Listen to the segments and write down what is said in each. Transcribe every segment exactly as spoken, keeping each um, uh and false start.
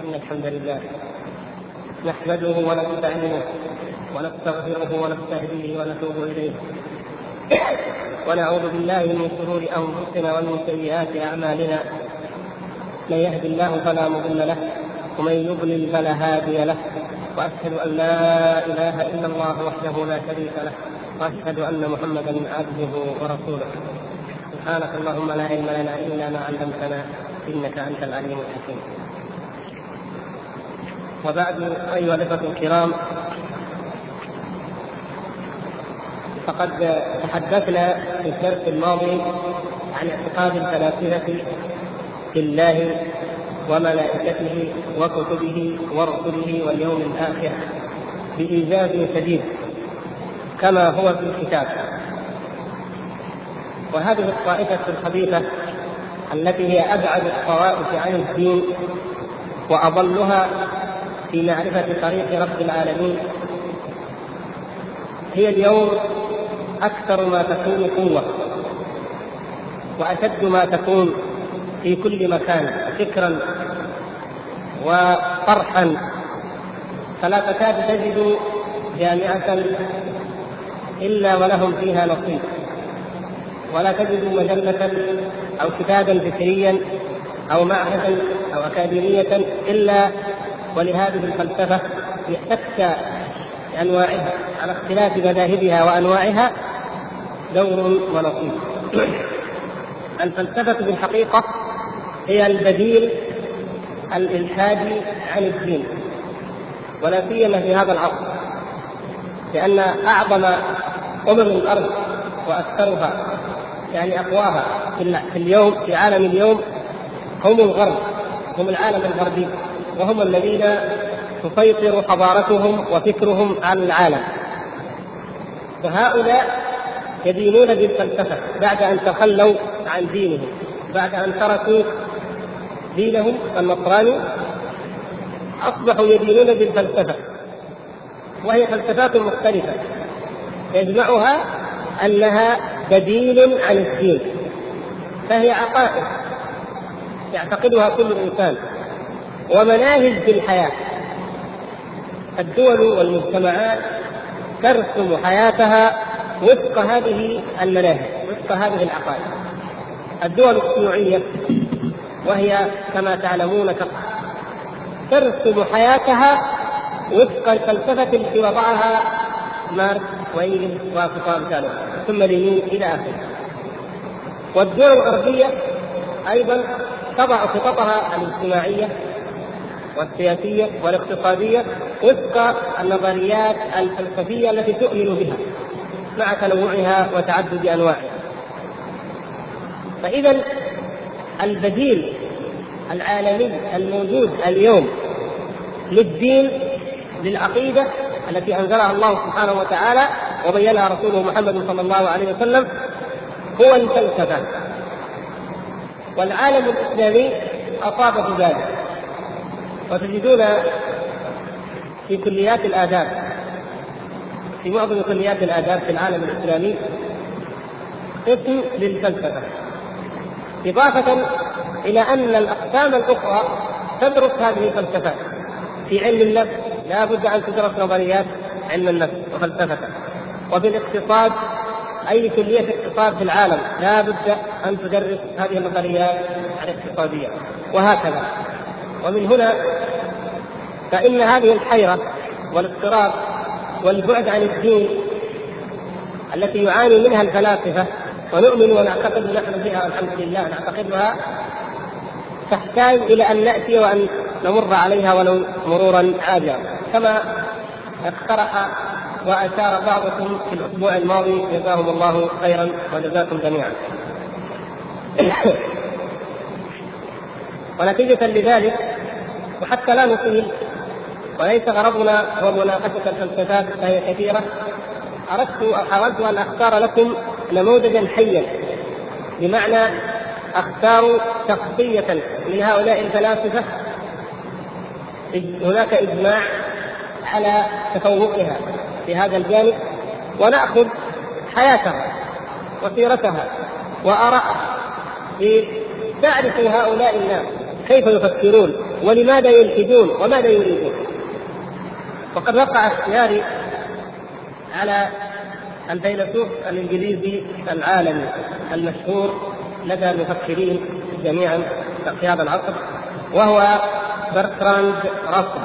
إن الحمد لله نحمده ونستعينه ونستغفره ونستهديه ونتوب إليه ونعوذ بالله من شرور أنفسنا ومن سيئات أعمالنا. من يهد الله فلا مضل له ومن يضلل فلا هادي له، وأشهد أن لا إله إلا الله وحده لا شريك له، وأشهد أن محمدا عبده ورسوله. سبحانك اللهم لا علم لنا إلا ما علمتنا إنك أنت العليم الحكيم. وبعد، أيها الإخوة الكرام، فقد تحدثنا في الدرس الماضي عن اعتقاد الفلاسفة في الله وملائكته وكتبه ورسله واليوم الآخر بإيجاز شديد كما هو في الكتاب. وهذه الطائفة الخبيثة التي هي أبعد الطوائف عن الدين وأضلها في معرفة طريق رب العالمين هي اليوم أكثر ما تكون قوة وأشد ما تكون في كل مكان فكرا وطرحا، فلا تكاد تجد جامعة إلا ولهم فيها نصيب، ولا تجد مجلة أو كتابا فكريا أو معهدا أو أكاديمية إلا ولهذه الفلسفة يحتك بأنواعها على اختلاف مذاهبها وأنواعها دور ونصيب. الفلسفة في الحقيقة هي البديل الإلحادي عن الدين، ولا سيما في هذا العصر، لأن أعظم أمم الأرض وأكثرها يعني أقواها في اليوم في عالم اليوم هم الغرب، هم العالم الغربي، وهم الذين تسيطر حضارتهم وفكرهم على العالم. فهؤلاء يدينون بالفلسفة بعد أن تخلوا عن دينهم، بعد أن تركوا دينهم النصراني أصبحوا يدينون بالفلسفة، وهي فلسفات مختلفة يجمعها أنها بديل عن الدين، فهي عقائد يعتقدها كل إنسان ومناهج في الحياة. الدول والمجتمعات ترسم حياتها وفق هذه المناهج، وفق هذه العقائد. الدول الشيوعية وهي كما تعلمون ترسم حياتها وفق الفلسفة التي وضعها ماركس وإنجلس وأمثالهم ثم لينين إلى آخره. والدول الغربية أيضا تضع خططها الاجتماعية والسياسية والاقتصادية وفق النظريات الفلسفية التي تؤمن بها مع تنوعها وتعدد أنواعها. فإذا البديل العالمي الموجود اليوم للدين، للعقيدة التي أنزلها الله سبحانه وتعالى وبينها رسوله محمد صلى الله عليه وسلم، هو الفلسفة. والعالم الإسلامي أصاب بذلك، وتجدون في كليات الآداب، في معظم كليات الآداب في العالم الإسلامي قسم للفلسفة، إضافة إلى أن الأقسام الأخرى تدرس هذه الفلسفات. في علم النفس لا بد أن تدرس نظريات علم النفس وفلسفته، وفي الاقتصاد أي كلية اقتصاد في العالم لا بد أن تدرس هذه النظريات الاقتصادية، وهكذا. ومن هنا فإن هذه الحيرة والاضطراب والبعد عن الدين التي يعاني منها الفلاسفة، ونؤمن ونعتقد نحن بها والحمد لله نعتقدها، تحتاج إلى أن نأتي وأن نمر عليها ولو مرورا عابرا، كما اقترح وأشار بعضكم في الأسبوع الماضي، جزاهم الله خيرا وجزاكم جميعا. ونتيجة لذلك، وحتى لا نطيل وليس غرضنا هو مناقشة الفلسفات فهي كثيرة، أردت أو حاولت أن أختار لكم نموذجا حيا، بمعنى أختار شخصية من هؤلاء الفلاسفة هناك إجماع على تفوقها في هذا الجانب، ونأخذ حياتها وسيرتها وآراءها لتعرف هؤلاء الناس كيف يفكرون ولماذا يلحدون وماذا يريدون. وقد وقع اختياري على الفيلسوف الانجليزي العالمي المشهور لدى المفكرين جميعا في هذا العصر، وهو برتراند راسل.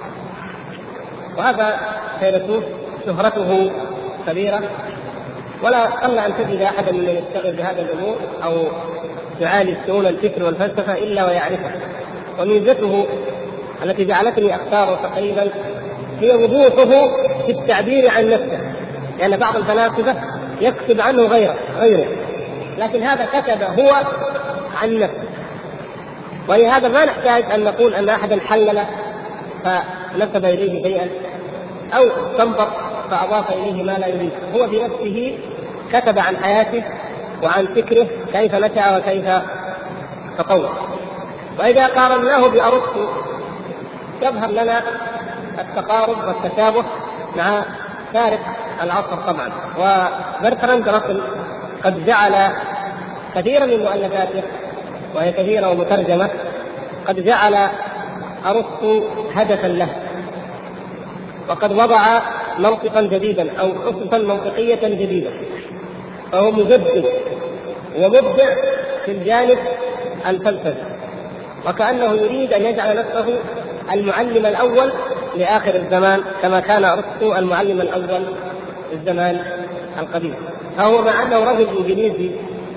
وهذا فيلسوف شهرته كبيرة، ولا قل أن تجد أحدا من يشتغل بهذا الأمور أو يعالج شؤون الفكر والفلسفة إلا ويعرفه. وميزته التي جعلتني أختاره تقريبا هي وضوحه في التعبير عن نفسه، لأن بعض الفلاسفة يكتب عنه غيره غيره لكن هذا كتب هو عن نفسه. ولهذا ما نحتاج أن نقول أن أحدا حلل فنسب إليه شيئا أو استنبط فأضاف إليه ما لا يريد. هو بنفسه كتب عن حياته وعن فكره كيف نشأ وكيف تطور. وإذا قارناه بأرسطو يظهر لنا التقارب والتشابه مع فارق العصر طبعا. وبرتراند راسل قد جعل كثيرا من مؤلفاته وهي كثيرة ومترجمة، قد جعل أرسطو هدفا له، وقد وضع منطقا جديدا أو أسسا منطقية جديدة، فهو مجدد ومبدع في الجانب الفلسفي، وكأنه يريد أن يجعل نفسه المعلم الأول لآخر الزمان كما كان أرسطو المعلم الأول في الزمان القديم. فهو مع أنه رجل إنجليزي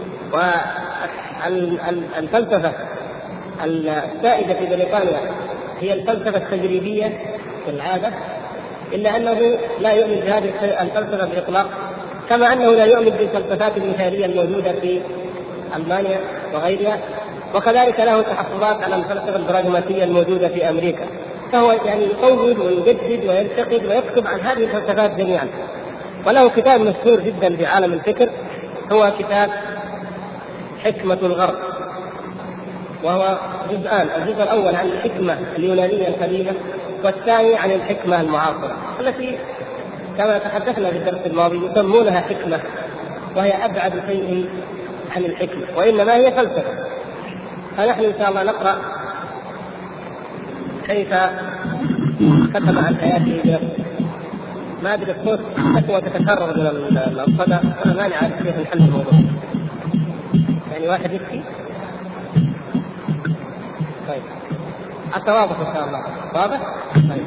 والفلسفة السائدة في بريطانيا هي الفلسفة التجريبية في العادة، إلا أنه لا يؤمن بهذه الفلسفة بإطلاق، كما أنه لا يؤمن بالفلسفات المثالية الموجودة في ألمانيا وغيرها، وكذلك له تحفظات على الفلسفة البراغماتية الموجودة في أمريكا. فهو يعني يطور ويجدد وينتقد ويكتب عن هذه الفلسفات جميعا. وله كتاب مشهور جدا في عالم الفكر هو كتاب حكمة الغرب، وهو جزءان، الجزء الأول عن الحكمة اليونانية القديمة والثاني عن الحكمة المعاصرة التي كما تحدثنا في الدرس الماضي يسمونها حكمة، وهي أبعد شيء عن الحكمة وإنما هي فلسفة. فنحن إن شاء الله نقرأ كيف كتب عن حياته بنفسه. ما أدري الصوت حكوة تتكرر من الصدى، أنا ماني عارف كيف نحل الموضوع. يعني واحد يبكي. طيب حتى واضح إن شاء الله، واضح؟ طيب.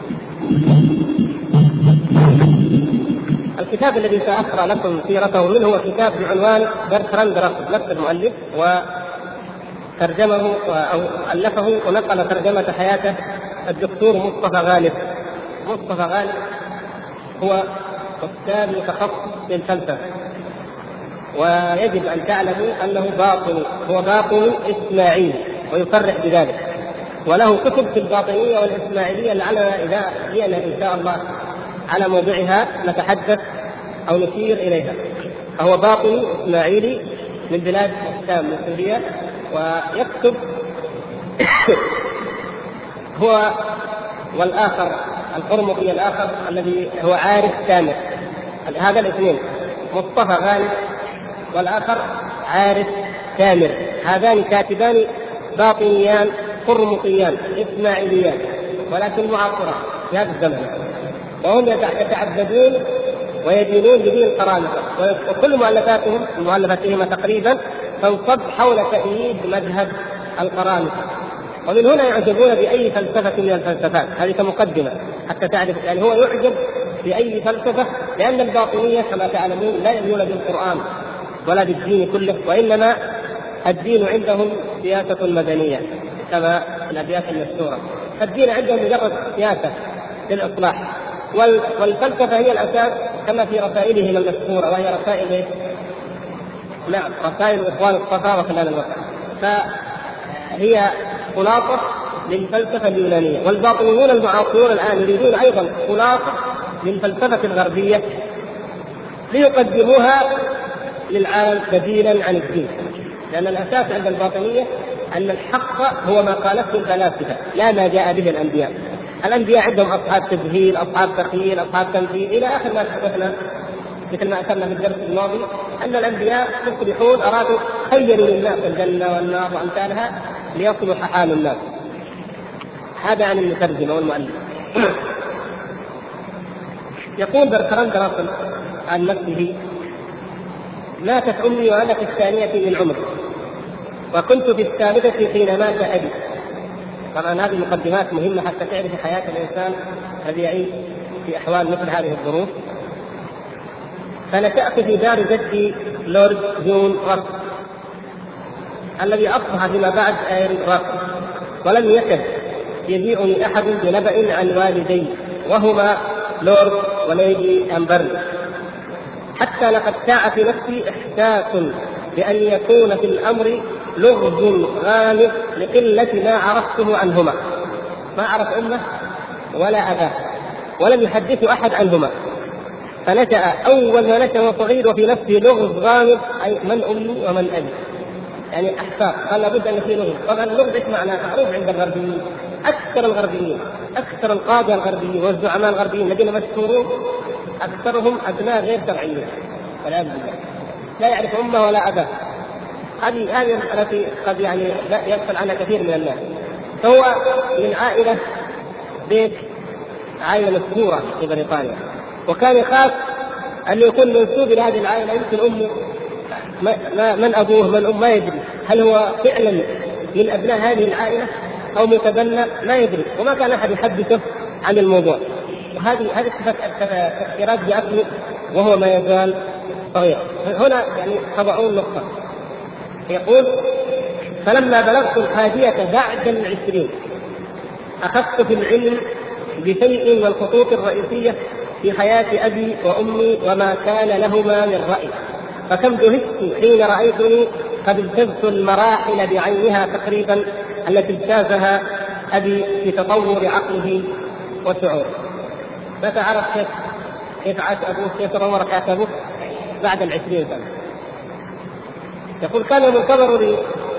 الكتاب الذي سأقرأ لكم سيرته منه هو كتاب بعنوان برتراند راسل، نفس المؤلف، وترجمه أو ألفه ونقل ترجمة حياته الدكتور مصطفى غالب. مصطفى غالب هو أستاذ متخصص في الفلسفة، ويجب أن تعلموا أنه باطني، هو باطني إسماعيلي ويصرح بذلك، وله كتب في الباطنية والإسماعيلية لعلنا إذا جئنا إن شاء الله على موضعها نتحدث أو نشير إليها. فهو باطني إسماعيلي من بلاد الشام من سوريا، ويكتب هو والآخر القرمطي الآخر الذي هو عارف كامل. هذا الاثنين مصطفى غالب والآخر عارف كامل، هذان كاتبان باطنيان قرمطيان إسماعيليان ولكن معاصران في هذا الزمن، وهم يتعبدون ويدينون بدين القرامطة، وكل مؤلفاتهم مؤلفاتهم تقريبا تنصب حول تأييد مذهب القرامطة. ومن هنا يعجبون بأي فلسفة من الفلسفات، هذه كمقدمة حتى تعرف. يعني هو يعجب بأي فلسفة لأن الباطنية كما تعلمون لا يؤمنون بالقرآن ولا بالدين كله، وإنما الدين عندهم سياسة مدنية كما الأبيات المشهورة. الدين عندهم مجرد سياسة للإصلاح، والفلسفة هي الأساس كما في رسائلهم المشهورة، وهي رسائل نعم رسائل إخوان الصفا وخلال الوقت. فهي خلاصة للفلسفة اليونانية، والباطنيون المعاصرون الآن يريدون أيضا خلاصة للفلسفة الغربية ليقدموها للعالم بديلا عن الدين. لأن الأساس عند الباطنية أن الحق هو ما قالته الفلاسفة لا ما جاء به الأنبياء. الأنبياء عندهم أصحاب تبهيل، أصحاب تخيل، أصحاب تمثيل إلى آخر ما تحدثنا مثل ما أثرنا في الدرس الماضي أن الأنبياء مصلحون أرادوا خيروا للناس الجنة والنار وأمثالها، ليصلح حال الناس. هذا عن المترجم والمؤلف. يقول برتراند راسل عن نفسه: ماتت أمي وأنا في الثانية من عمري، وكنت في الثالثة حين مات أبي. طبعا هذه مقدمات مهمة حتى تعرف حياة الإنسان الذي يعيش في أحوال مثل هذه الظروف. فنشأت في دار جدي لورد جون راسل الذي أصبح فيما بعد آيرن راسل، ولم يكد يجيئني أحد بنبأ عن والدي وهما لورد وليدي أمبرلي، حتى لقد شاع في نفسي إحساس بأن يكون في الأمر لغز غامض لقلة ما عرفته عنهما. ما عرف أمه ولا أباه، ولم يحدث أحد عنهما. فنشأ أول ما نشأ صغير وفي نفسه لغز غامض، أي من أمي ومن أبي، يعني أحساس قال لابد أن في لغز. طبعا اللغز إيش معناه؟ معروف عند الغربيين، أكثر الغربيين أكثر القادة الغربيين والزعماء الغربيين الذين مشهورون أكثرهم أبناء غير شرعيين والعياذ بالله، لا يعرف أمه ولا أباه. هذه هذه التي قد يعني لا يغفل عنها كثير من الناس. فهو من عائلة بيت عائلة مشهورة في بريطانيا، وكان يخاف أن يكون منسوب إلى هذه العائلة، يمكن أمه ما من أبوه من أم ما يدري، هل هو فعلا من أبناء هذه العائلة أو متبنى ما يدري، وما كان أحد يحدثه عن الموضوع. وهذه هذه تفكيرات جاءته وهو ما يزال صغير. هنا يعني تضعون نقطة. يقول: فلما بلغت الحادية بعد العشرين أخذت في العلم بشيء من الخطوط الرئيسية في حياة أبي وأمي وما كان لهما من رأي، فكم دهشت حين رأيتني قد اجتزت المراحل بعينها تقريبا التي اجتازها أبي في تطور عقله وشعوره. متى عرف كيف كيف عاش أبوه، كيف تطور حياة أبوه؟ بعد العشرين سنة. يقول: كان منتظر لي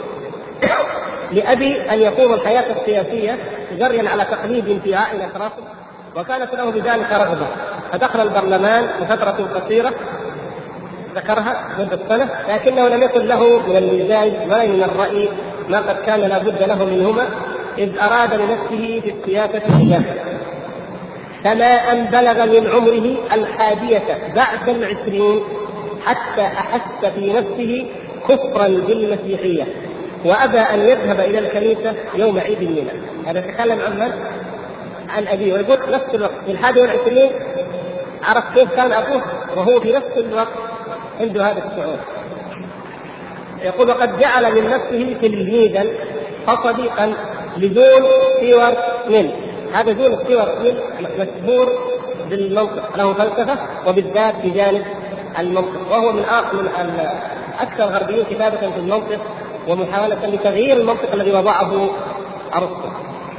لأبي أن يقوم الحياة السياسية جريا على تقليد في عائلة راسل، وكانت له بذلك رغبة، فدخل البرلمان لفترة قصيرة ذكرها مدة سنة، لكنه لم يكن له من المزاج ولا من الرأي ما قد كان لابد له منهما، إذ أراد لنفسه في السياسة إجابة. كما أن بلغ من عمره الحادية بعد العشرين حتى أحس في نفسه كفرا بالمسيحية، وأبى أن يذهب إلى الكنيسة يوم عيد الميلاد. هذا يتكلم عن من؟ عن أبيه. ويقول نفس الوقت في الحادي والعشرين عرف كيف كان أبوه وهو في نفس الوقت عنده هذا الشعور. يقول: وقد جعل من نفسه تلميذا وصديقا لجون ستيوارت ميل. هذا جون ستيوارت ميل مشهور بالمنطق، له فلسفة وبالذات في جانب المنطق، وهو من أكثر الغربيين كتابة في المنطق ومحاولة لتغيير المنطق الذي وضعه أرسطو.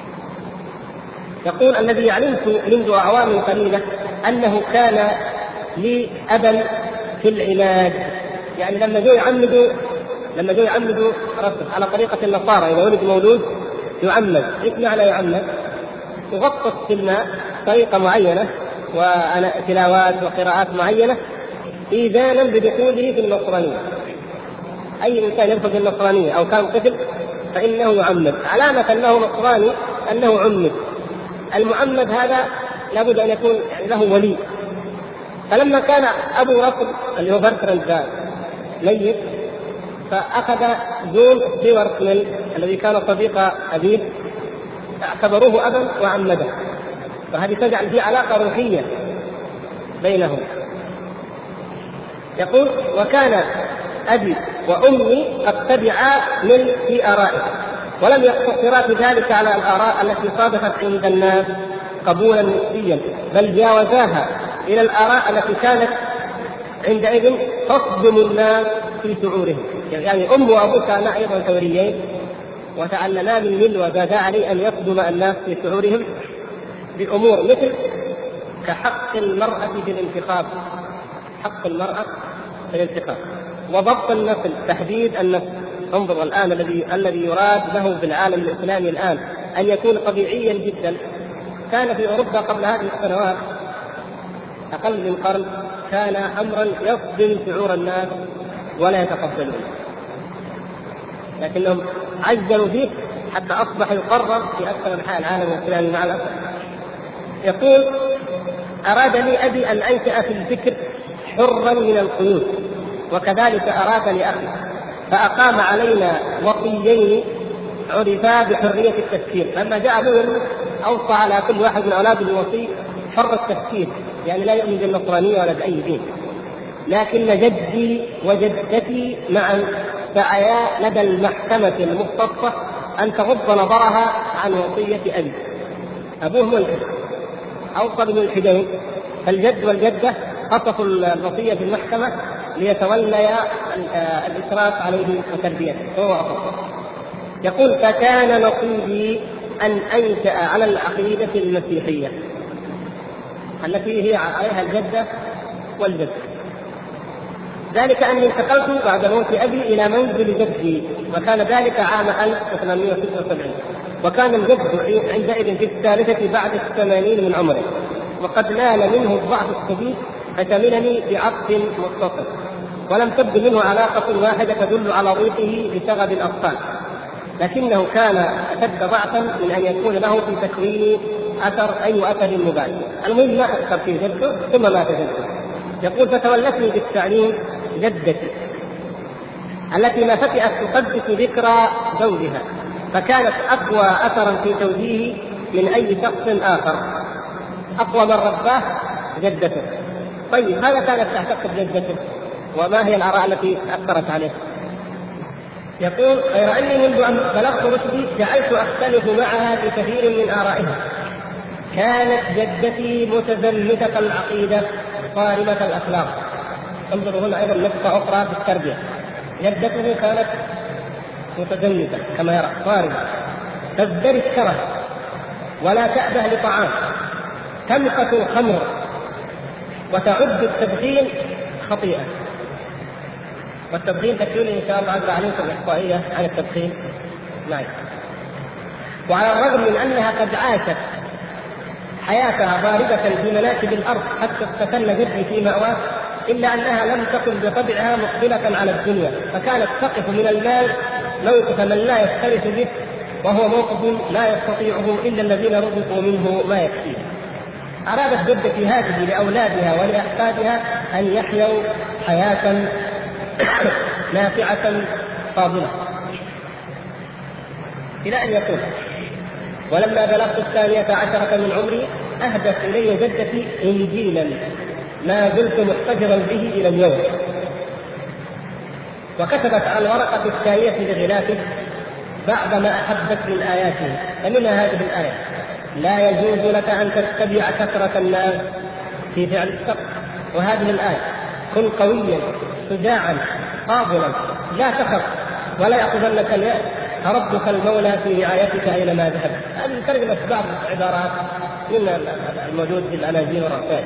يقول: الذي علمت منذ أعوام قليلة أنه كان لي أبا في العلاج. يعني لما جو يعمدوا لما جو يعمدوا رسل على طريقة النصارى، إذا ولد مولود يعمد. إيش معنى يعمد؟ يغطس في الماء طريقة معينة وتلاوات وقراءات معينة إيذانا بدخوله في النصرانية. أي إنسان يدخل في النصرانية أو كان طفل فإنه يعمد، علامة أنه نصراني أنه عمد. المعمد هذا لابد أن يكون يعني له ولي. فلما كان أبو رسل اللي هو برتراند ميت، فأخذ جون ستيوارت ميل الذي كان صديق أبيه، اعتبروه أبا وعمده، وهذه تجعل في علاقة روحية بينهم. يقول: وكان أبي وأمي قد تبعا من في آرائه، ولم يقتصرا في ذلك على الآراء التي صادفت عند الناس قبولا نسبيا، بل جاوزاها إلى الآراء التي كانت عندئذ تصدم الناس في شعورهم. يعني أم وأبوه كانا أيضا ثوريين وتعلما من مل، وزاد عليه أن يصدم الناس في شعورهم بأمور مثل كحق المرأة في الانتخاب، حق المرأة في الانتخاب، وضبط النسل، تحديد النسل. انظر الآن الذي الذي يراد له بالعالم الإسلامي الآن أن يكون طبيعيا جدا، كان في أوروبا قبل هذه السنوات أقل من قرن كان أمرا يصدم شعور الناس ولا يتقبلون، لكنهم عجلوا فيه حتى أصبح يقرر في أكثر أنحاء العالم الإسلامي مع الأسف. يقول: أراد لي أبي أن أنشأ في الفكر حرا من القيود، وكذلك أراد لأخي، فأقام علينا وصيين عرفا بحرية التفكير. لما جاء أبوه أوصى على كل واحد من أولاده بوصي حر التفكير، يعني لا يؤمن بالنصرانية ولا بأي دين. لكن جدي وجدتي معا سعيا لدى المحكمة المختصة أن تغض نظرها عن وصية أبي. أبوه ملحد، أوصى بالملحدين، فالجد والجدة خطفوا الوصية في المحكمة ليتوليا الإشراف عليه وتربيته هو أصلا. يقول: فكان نصيبي أن أنشأ على العقيدة المسيحية التي هي عليها الجدة والجد. ذلك أني انتقلت بعد موت أبي إلى منزل جدي، وكان ذلك عام ألف وثمانمائة وستة وسبعين، وكان الجد عندئذ في الثالثة بعد الثمانين من عمره، وقد نال منه الضعف الشديد فشملني بعقد متصل، ولم تبدو منه علاقة واحدة تدل على ضيقه بشغب الأطفال، لكنه كان أشد ضعفا من أن يكون له في تكوين أثر أي أثر مباشر. المهم ما أثر في جده ثم مات جده. يقول: فتولتني بالتعليم جدتي التي ما فتئت تقدس ذكرى زوجها، فكانت أقوى أثرا في توجيهه من أي شخص آخر، أقوى من رباه جدته. طيب ماذا كانت تعتقد جدته؟ وما هي الآراء التي أثرت عليه؟ يقول: غير أني منذ أن بلغت رشدي جعلت أختلف معها في كثير من آرائها. كانت جدتي متزمتة العقيدة صارمة الأخلاق. انظروا هنا أيضا نقطة أخرى في التربية. جدته كانت متزمتة كما يرى، صارمة، تزدري الكره ولا تأبه لطعام، تمقت الخمر، وتعد التدخين خطيئة. والتدخين تكون إن شاء الله عز عليكم إحصائية عن التدخين معي. وعلى الرغم من أنها قد عاشت حياتها ضاربة في مناكب الأرض حتى استكن جدي في مأواه، إلا أنها لم تكن بطبعها مقبلة على الدنيا، فكانت تقف من المال موقف من لا يختلف به، وهو موقف لا يستطيعه إلا الذين رزقوا منه ما يكفيه. أرادت جدتي هذه لأولادها ولأحفادها أن يحيوا حياة نافعة فاضلة، إلى أن يقول: ولما بلغت الثانية عشرة من عمري أهدت إلي جدتي إنجيلا ما زلت محتجرا به إلى اليوم، وكتبت على الورقة الثانية بغلافه بعد ما أحبت من آياته، فمنها هذه الآية: لا يجوز لك أن تتبع كثرة الناس في فعل الشر. وهذه الآية: كن قويا شجاعا قابلا لا تخف ولا يأخذنك اليأس، ربك المولى في رعايتك أينما ذهب. هذه ترجمة بعض العبارات من الموجود في الأناجيل والرسائل.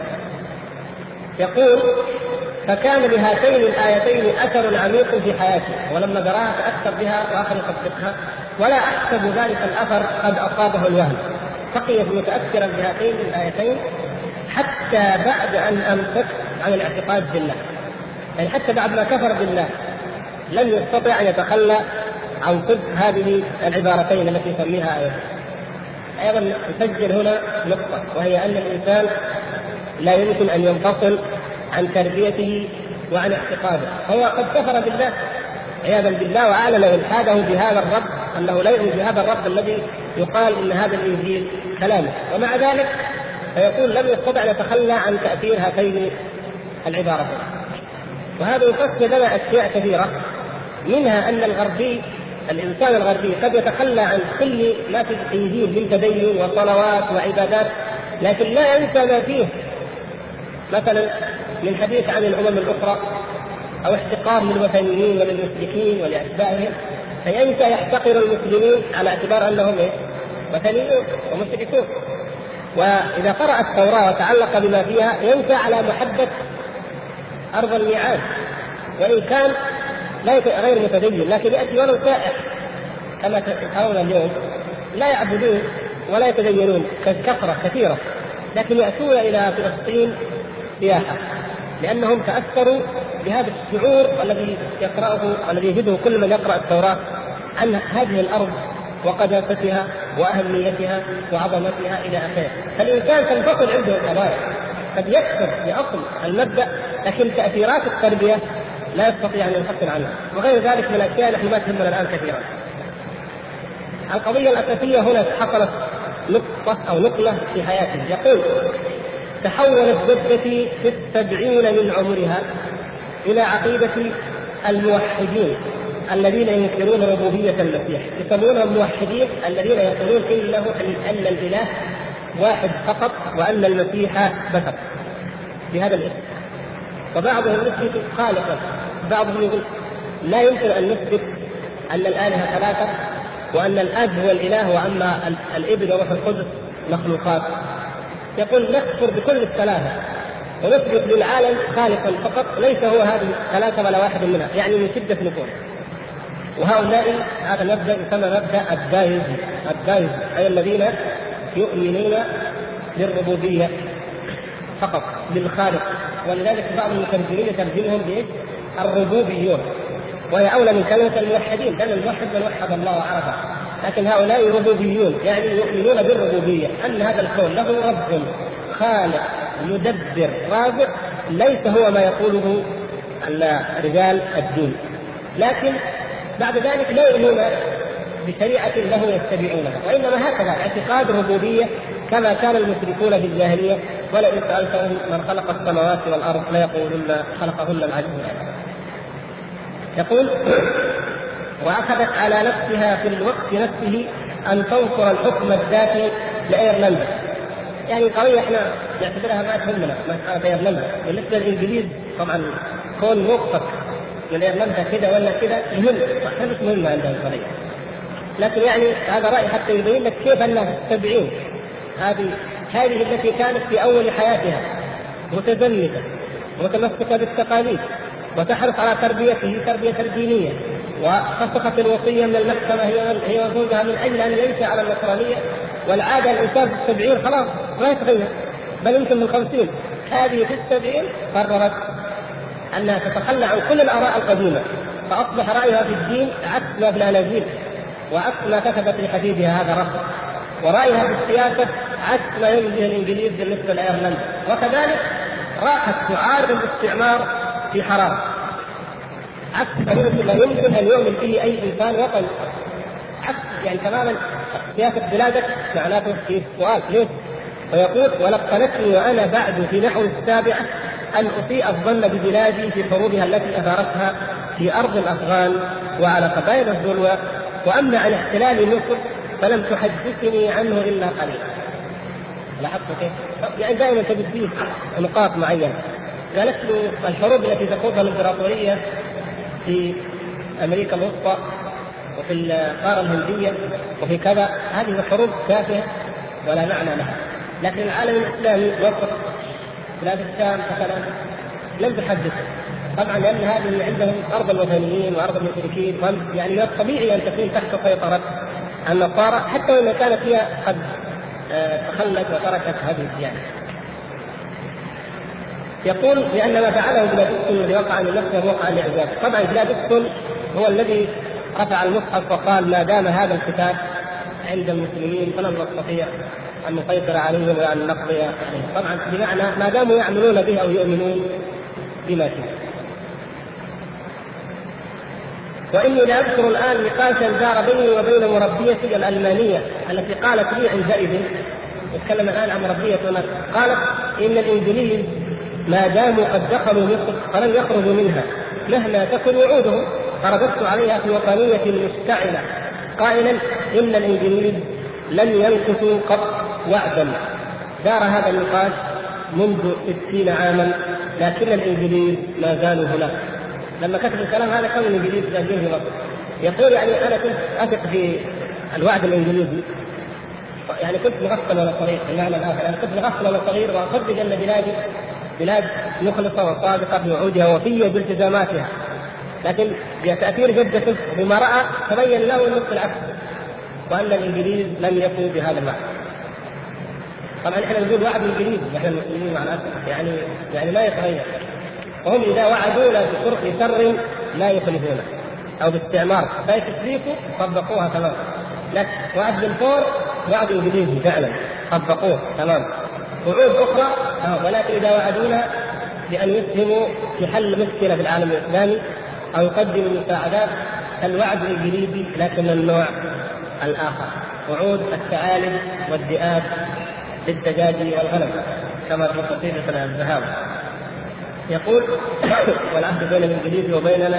يقول: فكان لهاتين الآيتين أثر عميق في حياتي، ولما قراها تأثر بها وآخر يصدقها، ولا أحسب ذلك الأثر قد أصابه الوهم، بقي متأثرا بهاتين الآيتين حتى بعد أن أمسك عن الاعتقاد بالله. يعني حتى بعد ما كفر بالله لم يستطع أن يتخلى عن صدق هذه العبارتين التي يسميها آيات. أيضا نسجل هنا نقطة، وهي أن الإنسان لا يمكن أن ينفصل عن تربيته وعن اعتقاده. هو قد كفر بالله عياذا بالله وأعلن إلحاده بهذا الرب، أنه لا يؤمن بهذا الرب الذي يقال إن هذا الإنجيل كلامه، ومع ذلك فيقول لم يستطع أن يتخلى عن تأثير هاتين العبارتين. وهذا يفسر لنا أشياء كثيرة، منها أن الغربي الإنسان الغربي قد يتخلى عن كل ما في الإنجيل من تدين وصلوات وعبادات، لكن لا ينسى ما فيه مثلا من حديث عن الأمم الأخرى أو احتقار للوثنيين وللمشركين ولأتباعهم، فينسى يحتقر المسلمين على اعتبار أنهم وثنيون ومشركون. وإذا قرأ التوراة وتعلق بما فيها ينسى على محبة أرض الميعاد، وإن كان لا غير متدين، لكن يأتي ولو سائح كما ترون اليوم لا يعبدون ولا يتدينون كثرة كثيرة، لكن يأتون إلى فلسطين سياحة لأنهم تأثروا بهذا الشعور الذي يقرأه الذي يجده كل من يقرأ التوراة عن هذه الأرض وقداستها وأهميتها وعظمتها إلى آخره. فالإنسان تنفصل عنده القضايا، قد يكثر بأصل المبدأ لكن تأثيرات التربية لا يستطيع أن ينفصل عنها، وغير ذلك من الأشياء التي ما تهمنا الآن كثيرا. القضية الأساسية هنا حصلت نقطة أو نقلة في حياته. يقول: تحولت جدتي في السبعين من عمرها إلى عقيدة الموحدين الذين ينكرون ربوبية المسيح، يسمونهم موحدين الذين يقولون إنه أن الإله واحد فقط وأن المسيح بشر بهذا الاسم. وبعضهم يثبت خالقا، بعضهم يقول لا يمكن أن نثبت أن الآلهة ثلاثة وأن الأب هو الإله وأما الابن وروح القدس مخلوقات. يقول نكفر بكل الثلاثة ونثبت للعالم خالقا فقط ليس هو هذه الثلاثة ولا واحد منها، يعني من شدة نفور. وهؤلاء هذا المبدأ يسمى مبدأ الدايزم، الدايزم أي الذين يؤمنون بالربوبية فقط بالخالق. ولذلك بعض المترجمين يترجمهم بإيش؟ الربوبيون، وهي أولى من كلمة الموحدين، لأن الموحد من وحد الله وعرفه، لكن هؤلاء ربوبيون يعني يؤمنون بالربوبية، أن هذا الكون له رب خالق مدبر رازق، ليس هو ما يقوله رجال الدين. لكن بعد ذلك لا يؤمنون بشريعة له يتبعونها، وإنما هكذا اعتقاد الربوبية كما كان المشركون في الجاهلية. ولئن سألتهم من خلق السماوات والأرض ليقولن خلقهن العزيز العليم. يقول: وأخذت على نفسها في الوقت نفسه أن تنصر الحكم الذاتي لأيرلندا. يعني قضية احنا نعتبرها ما تهمنا مسألة أيرلندا، بالنسبة للإنجليز طبعا كون موقف من أيرلندا كذا ولا كذا مهم، صحيح مش مهمة عندهم القضية، لكن يعني هذا رأي حتى يبين لك كيف أنها تتبعين هذه هذه التي كانت في أول حياتها متزمتة متمسكة بالتقاليد وتحرص على تربيته تربية دينية، وفسخت الوصية من المحكمة هي هي وزوجها من أجل أن ينشأ على النصرانية. والعادة الإنسان في السبعين خلاص ما يتغير، بل يمكن من الخمسين. هذه في السبعين قررت أنها تتخلى عن كل الآراء القديمة، فأصبح رأيها في الدين عكس ما في الأناجيل وعكس ما كتبت لحديثها هذا رفض، ورأيها في السياسة عكس ما يؤمن به الإنجليز بالنسبة لأيرلندا. وكذلك راحت تعارض الاستعمار في حرارة عكس ما يمكن أن يؤمن به أي إنسان وطني، عكس يعني تماما سياسة بلادك معناته في سؤال ليش؟ ويقول: ولقنتني وأنا بعد في نحو السابعة أن أسيء الظن ببلادي في حروبها التي أثارتها في أرض الأفغان وعلى قبائل الذلوى، وأما عن احتلال مصر فلم تحدثني عنه إلا قليلا. لاحظت كيف؟ يعني دائما تبديه نقاط معينة. قالت له الحروب التي تخوضها الإمبراطورية في أمريكا الوسطى وفي القارة الهندية وفي كذا، هذه الحروب تافهة ولا معنى لها، لكن العالم الإسلامي وسط بلاد الشام مثلا لم تحدث، طبعا لأن هذه عندهم أرض الوثنيين وأرض المشركين، يعني الطبيعي أن تكون تحت سيطرة النصارى حتى وإن كانت هي قد تخلت وتركت هذه الديانة. يقول بأن ما فعله جلادستون الذي وقع من نفسه وقع الإعجاز. طبعا جلادستون هو الذي رفع المصحف وقال ما دام هذا الكتاب عند المسلمين فلن نستطيع أن نسيطر عليهم وأن نقضي عليهم. طبعا بمعنى ما داموا يعملون به أو يؤمنون بما فيه. وإني لا أذكر الآن نقاشا دار بيني وبين مربيتي الألمانية التي قالت لي عندئذ، نتكلم الآن عن مربية مصر، قالت إن الإنجليز ما داموا قد دخلوا مصر فلن يخرجوا منها مهما تكن وعودهم. فرددت عليها في وطنية مشتعلة قائلا إن الإنجليز لن ينقصوا قط وعدا. دار هذا النقاش منذ ستين عاما لكن الإنجليز ما زالوا هناك. لما كتب الكلام هذا كان الإنجليز زالوا في مصر. يقول يعني أنا كنت أثق في الوعد الإنجليزي، يعني كنت مغفل ولا صغير، بمعنى الآخر أنا كنت مغفل ولا صغير وأصدق أن بلادي بلاد مخلصة وصادقة في وعودها وفية بالتزاماتها، لكن بتأثير جدته بما رأى تبين له النصف العكس، وأن الإنجليز لم يفوا بهذا الوعد. طبعا احنا نقول وعد الإنجليز نحن المسلمين مع الأسف يعني يعني لا يتغير، وهم إذا وعدونا بشر لا يخلفونه أو باستعمار فيستفيقوا طبقوها تماما. لك وعد بالفور وعد انجليزي فعلا طبقوه تمام، وعود اخرى آه. ولكن اذا وعدونا بان يسهموا في حل مشكله في العالم الاسلامي او يقدموا مساعدات الوعد الانجليزي لكن النوع الاخر، وعود الثعالب والذئاب للدجاج والغنم كما في قصيده الذهاب. يقول والعهد بين الانجليزي وبيننا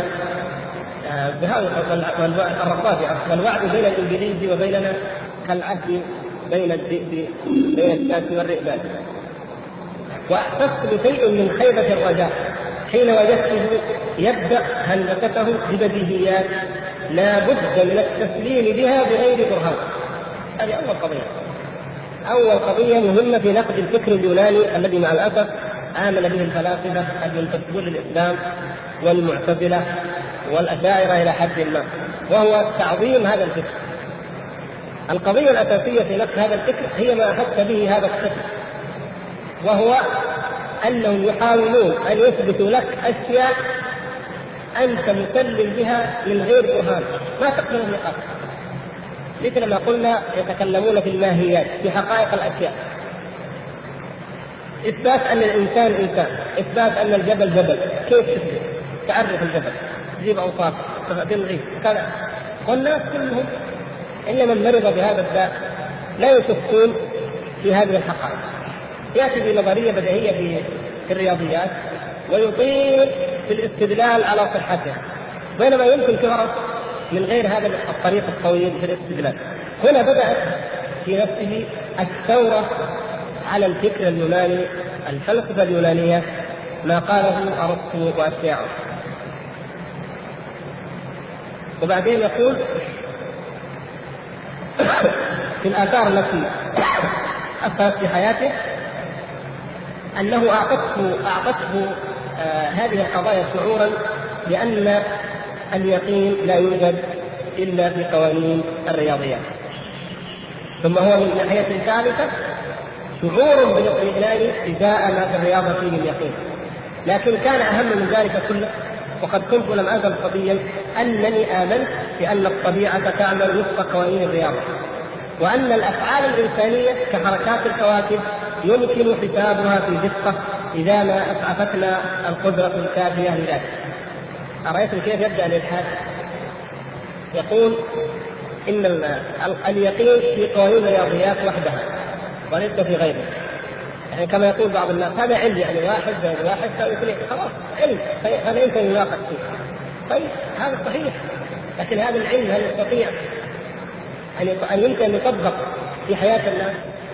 الرقابي والوعد بين الانجليزي وبيننا كالعهد بين الذئب بين الشاة والرئبان. واحسست بشيء من خيبة الرجاء حين وجدته يبدأ هندسته ببديهيات لا بد من التسليم بها بغير برهان. هذه أول قضية، أول قضية مهمة في نقد الفكر اليوناني الذي مع الأسف آمن به الفلاسفة المنتسبون للإسلام والمعتزلة والأشاعرة إلى حد ما، وهو تعظيم هذا الفكر. القضية الأساسية في نقد هذا الفكر هي ما أحس به هذا الفكر، وهو أنهم يحاولون أن يثبتوا لك أشياء أنت مسلم بها من غير برهان ما تقدر النقاش. مثل ما قلنا يتكلمون في الماهيات في حقائق الأشياء، إثبات أن الإنسان إنسان، إثبات أن الجبل جبل، كيف تثبت؟ تعرف الجبل، تجيب أوصاف، تلغي كذا. والناس كلهم إلا من مرض بهذا الداء لا يشكون في هذه الحقائق. يأتي بنظرية بديهية في الرياضيات ويطيل في الاستدلال على صحتها، بينما يمكن تهرب من غير هذا الطريق الطويل في الاستدلال. هنا بدأت في نفسه الثورة على الفكر اليوناني، الفلسفة اليونانية، ما قاله أرسطو وأشياعه. وبعدين يقول في الآثار التي أثرت في حياته أنه أعطته أعطته آه هذه القضايا شعورا بأن اليقين لا يوجد إلا في قوانين الرياضيات. ثم هو من ناحية ثالثة شعور بالاطمئنان إزاء ما في الرياضة فيه من يقين. لكن كان أهم من ذلك كله، وقد كنت لم أزل صبيا، أنني آمنت بأن الطبيعة تعمل وفق قوانين الرياضة، وأن الأفعال الإنسانية كحركات الكواكب يمكن حسابها في دقة إذا ما أسعفتنا القدرة الكافية لذلك. أرأيتم كيف يبدأ الإلحاد؟ يقول إن اليقين في قوانين الرياضيات وحدها وليس في غيره. يعني كما يقول بعض الناس هذا علم، يعني واحد زائد واحد يساوي اثنين، خلاص علم، هذا يمكن يناقش فيه. طيب هذا صحيح، لكن هذا العلم هل يستطيع أن يمكن أن يطبق في حياة الناس؟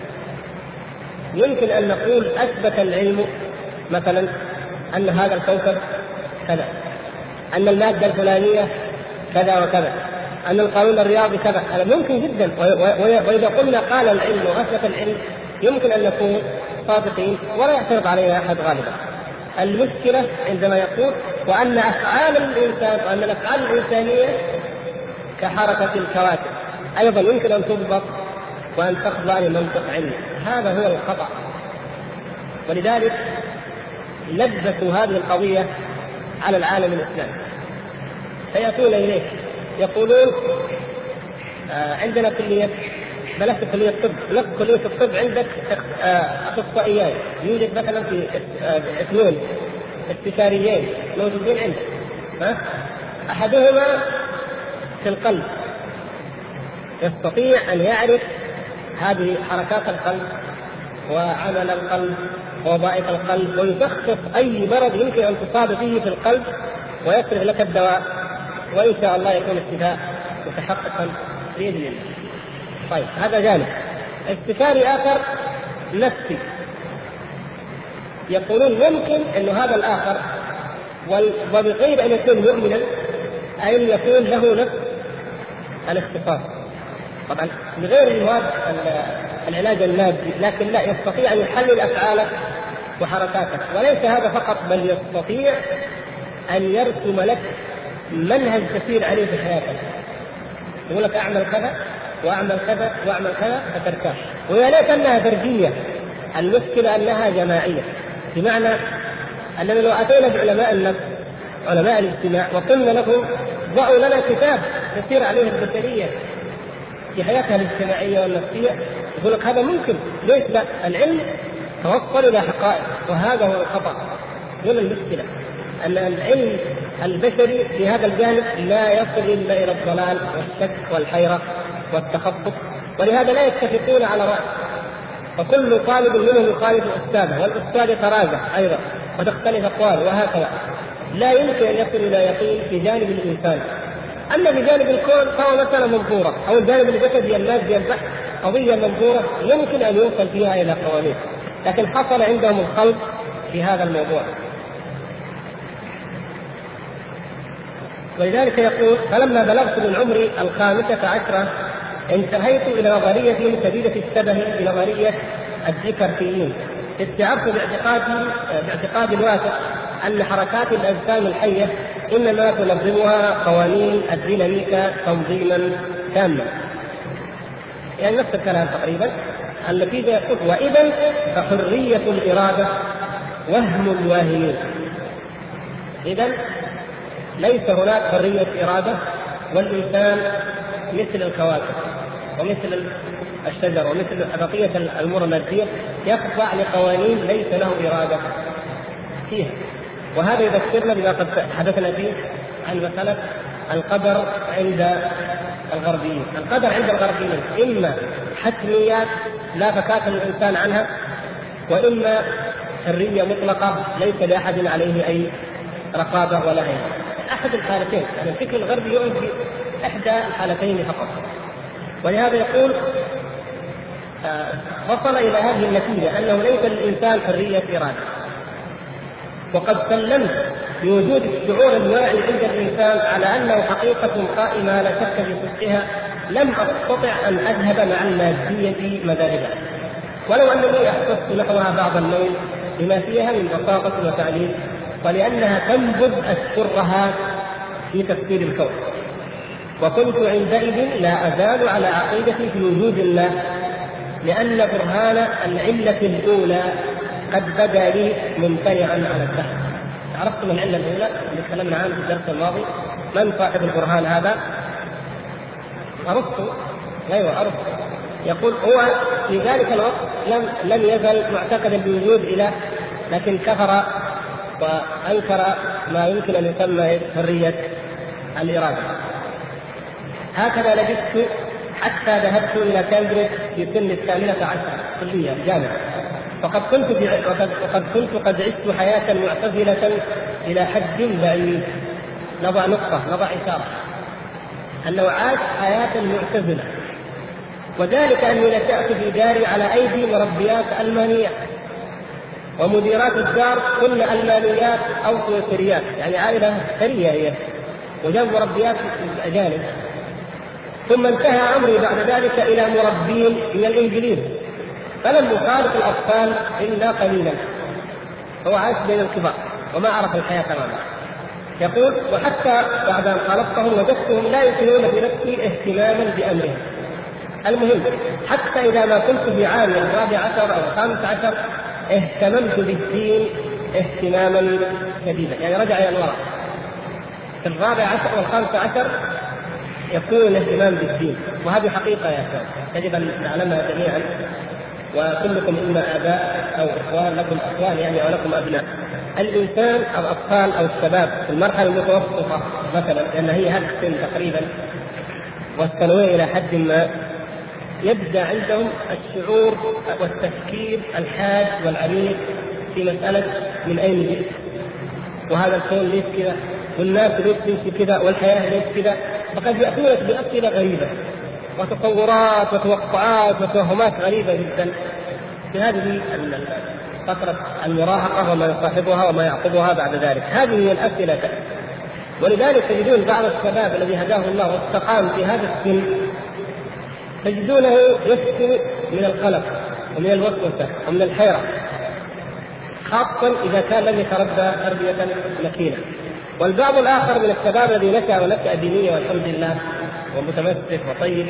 يمكن أن نقول أثبت العلم مثلا أن هذا الكوكب كذا، أن المادة الفلانية كذا وكذا، أن القانون الرياضي كذا. هذا ممكن جدا، وإذا قلنا قال العلم وأثبت العلم يمكن أن نكون صادقين ولا يعترض علينا أحد غالبا. المشكلة عندما يقول وأن أفعال الإنسان وأن الأفعال الإنسانية كحركة الكواكب أيضا يمكن أن تضبط وأن تخضع لمنطق علمي. هذا هو الخطأ. ولذلك لبسوا هذه القضية على العالم الإسلامي، فيأتون إليه يقولون آه عندنا كلية بلاش كلية الطب، لك كلية الطب عندك أخصائيين، يوجد مثلا في اثنين استشاريين موجودين عندك، ها؟ أحدهما في القلب، يستطيع أن يعرف هذه حركات القلب وعمل القلب ووظائف القلب، ويشخص أي مرض يمكن أن تصاب به في القلب ويصرف لك الدواء، وإن شاء الله يكون الشفاء متحققا بإذن الله. طيب هذا جانب. استشاري آخر نفسي، يقولون ممكن أن هذا الآخر وبغير أن يكون مؤمنا أن يكون له نفس الاختصاص، طبعا بغير المواد العلاج المادي، لكن لا يستطيع أن يحلل أفعالك وحركاتك. وليس هذا فقط، بل يستطيع أن يرسم لك منهج تسير عليه في حياتك. يقول لك أعمل كذا وأعمل كذا وأعمل كذا فترتاح. ويا ليت أنها فردية، المشكلة أنها جماعية، بمعنى أننا لو أتينا بعلماء النفس علماء الاجتماع وقلنا لهم ضعوا لنا كتاب تسير عليه البشرية في حياتها الاجتماعية والنفسية، يقول لك هذا ممكن، ليش لا؟ العلم توصل إلى حقائق، وهذا هو الخطأ. هنا المشكلة أن العلم البشري في هذا الجانب لا يصل إلا إلى الضلال والشك والحيرة والتخبط، ولهذا لا يتفقون على رأي، فكل طالب منهم يخالف أستاذه، والأستاذ يتراجع أيضا وتختلف أقوال، وهكذا لا يمكن أن يصل إلى يقين في جانب الإنسان. أما في جانب الكون فهو مسألة منظورة، أو الجانب الجسدي المادي البحث قضية منظورة يمكن أن يوصل فيها إلى قوانين، لكن حصل عندهم الخلط في هذا الموضوع. ولذلك يقول: فلما بلغت من عمري الخامسة عشرة انتهيت إلى نظرية شديدة الشبه بنظرية الديكارتيين، استعرت باعتقادي باعتقاد الواثق أن حركات الأجسام الحية إنما تنظمها قوانين الديناميكا تنظيما تاما. يعني نفس الكلام تقريبا. النتيجة يقول: وإذا فحرية الإرادة وهم الواهمين. إذا ليس هناك حرية إرادة، والإنسان مثل الكواكب ومثل الشجر ومثل بقية الأمور المادية يخضع لقوانين ليس له إرادة فيها. وهذا يذكرنا بما قد حدثنا فيه عن مسألة القدر عند الغربيين. القدر عند الغربيين إما حتميات لا فكاك الإنسان عنها، وإما حرية مطلقة ليس لأحد عليه أي رقابة ولا أي أحد الحالتين. يعني الفكر الغربي يؤمن في إحدى الحالتين فقط. ولهذا يقول آه وصل إلى هذه النتيجة أنه ليس للإنسان حرية إرادة. وقد سلمت بوجود الشعور الواعي عند الإنسان على أنه حقيقة قائمة لا شك في صدقها، لم أستطع أن أذهب مع المادية مذاهبها، ولو أنني أحسست نحوها بعض الميل لما فيها من بساطة وتعليل، ولأنها تنبذ الشرهات في تفسير الكون. وكنت عندئذ لا أزال على عقيدتي في وجود الله، لأن برهان العلة الأولى قد بدا لي ممتنعا على البحث. عرفتم العلة الأولى اللي تكلمنا عنها في الدرس الماضي؟ من صاحب البرهان هذا؟ أرسطو. أيوة أرسطو. يقول هو في ذلك الوقت لم لم يزل معتقدا بوجود إله، لكن كفر وأنكر ما يمكن أن يسمى حرية الإرادة. هكذا لبثت حتى ذهبت إلى كامبريدج في سن الثامنة عشر كلية جامعة، وقد كنت وقد, وقد كنت قد عشت حياة معتزلة إلى حد بعيد. نضع نقطة، نضع إشارة أنه عاش حياة معتزلة، وذلك أني نشأت في داري على أيدي مربيات ألمانية، ومديرات الدار كل ألمانيات أو سويسريات، يعني عائلة ثرية هي، وجنب مربيات الأجانب. ثم انتهى أمري بعد ذلك إلى مربين من الإنجليز، فلم يخالط الأطفال إلا قليلا. هو عاش بين الكبار وما عرف الحياة تماما. يقول: وحتى بعد أن خالطتهم وجدتهم لا يمكنون بنفسي اهتماما بأمرهم. المهم حتى إذا ما كنت في عام الرابع عشر أو الخامس عشر اهتممت بالدين اهتماما شديدا. يعني رجع إلى الوراء في الرابع عشر والخامس عشر يكون الاهتمام بالدين، وهذه حقيقة يا شباب يجب أن نعلمها جميعا. وكلكم إما آباء أو إخوان، لكم أخوان يعني أو لكم أبناء. الإنسان أو الأطفال أو الشباب في المرحلة المتوسطة مثلا، لأن هي هذا السن تقريبا والثانوية إلى حد ما، يبدأ عندهم الشعور والتفكير الحاد والعميق في مسألة من أين جئت، وهذا الكون ليس كذا، والناس ليس تمشي كذا، والحياة ليس كذا. فقد يأتونك بأسئلة غريبة وتصورات وتوقعات وتوهمات غريبة جدا في هذه فترة المراهقة وما يصاحبها وما يعقبها بعد ذلك. هذه هي الأسئلة. ولذلك تجدون بعض الشباب الذي هداه الله واستقام في هذا السن تجدونه يفتن من القلق ومن الوسوسة ومن الحيرة، خاصة إذا كان لم يتربى تربية متينة. والبعض الآخر من الشباب الذي نشأ ونشأ دينية والحمد لله ومتمسك وطيب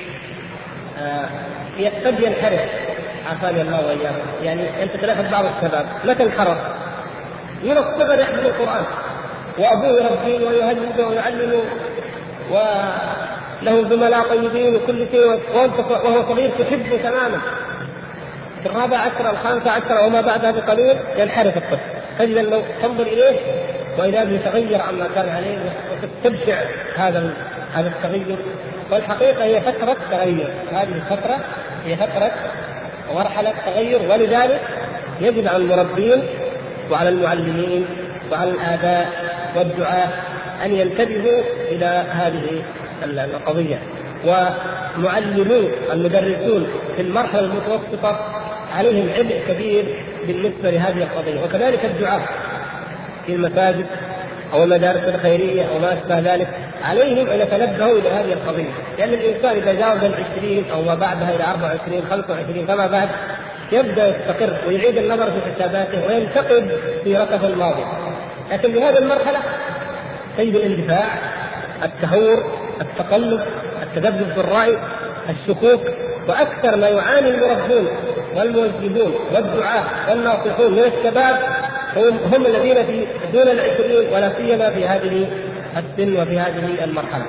آه قد ينحرف، عافاني الله وإياكم. يعني أنت تلاحظ بعض الشباب متى انحرف؟ من الصغر يحفظ القرآن، وأبوه يربيه ويهذبه ويعلمه له زملاء طيبين وكل شيء، وهو صغير تحبه تماما. في الرابع عشر الخامسة عشر وما بعدها بقليل ينحرف الطفل، تجد أنه تنظر إليه وإذا به يتغير عما كان عليه وتستبشع هذا هذا التغير. والحقيقة هي فترة تغير، هذه الفترة هي فترة ومرحلة تغير، ولذلك يجب على المربين وعلى المعلمين وعلى الآباء والدعاة أن ينتبهوا إلى هذه القضية. ومعلمون المدرسون في المرحلة المتوسطة عليهم عبء كبير بالنسبة لهذه القضية، وكذلك الدعاة في المساجد أو المدارس الخيرية أو ما أشبه ذلك عليهم أن يتنبهوا إلى هذه القضية، لأن الإنسان إذا جاوز العشرين أو ما بعدها إلى أربعة وعشرين خمسة وعشرين فما بعد يبدأ يستقر ويعيد النظر في حساباته وينتقد سيرته الماضية. لكن بهذه المرحلة تجد الاندفاع، التهور، التقلب، التذبذب في الرأي، الشكوك. وأكثر ما يعاني المربون والموجهون والدعاة والناصحون من الشباب هم, هم الذين في دون العشرين ولا سيما في هذه السن وفي هذه المرحلة.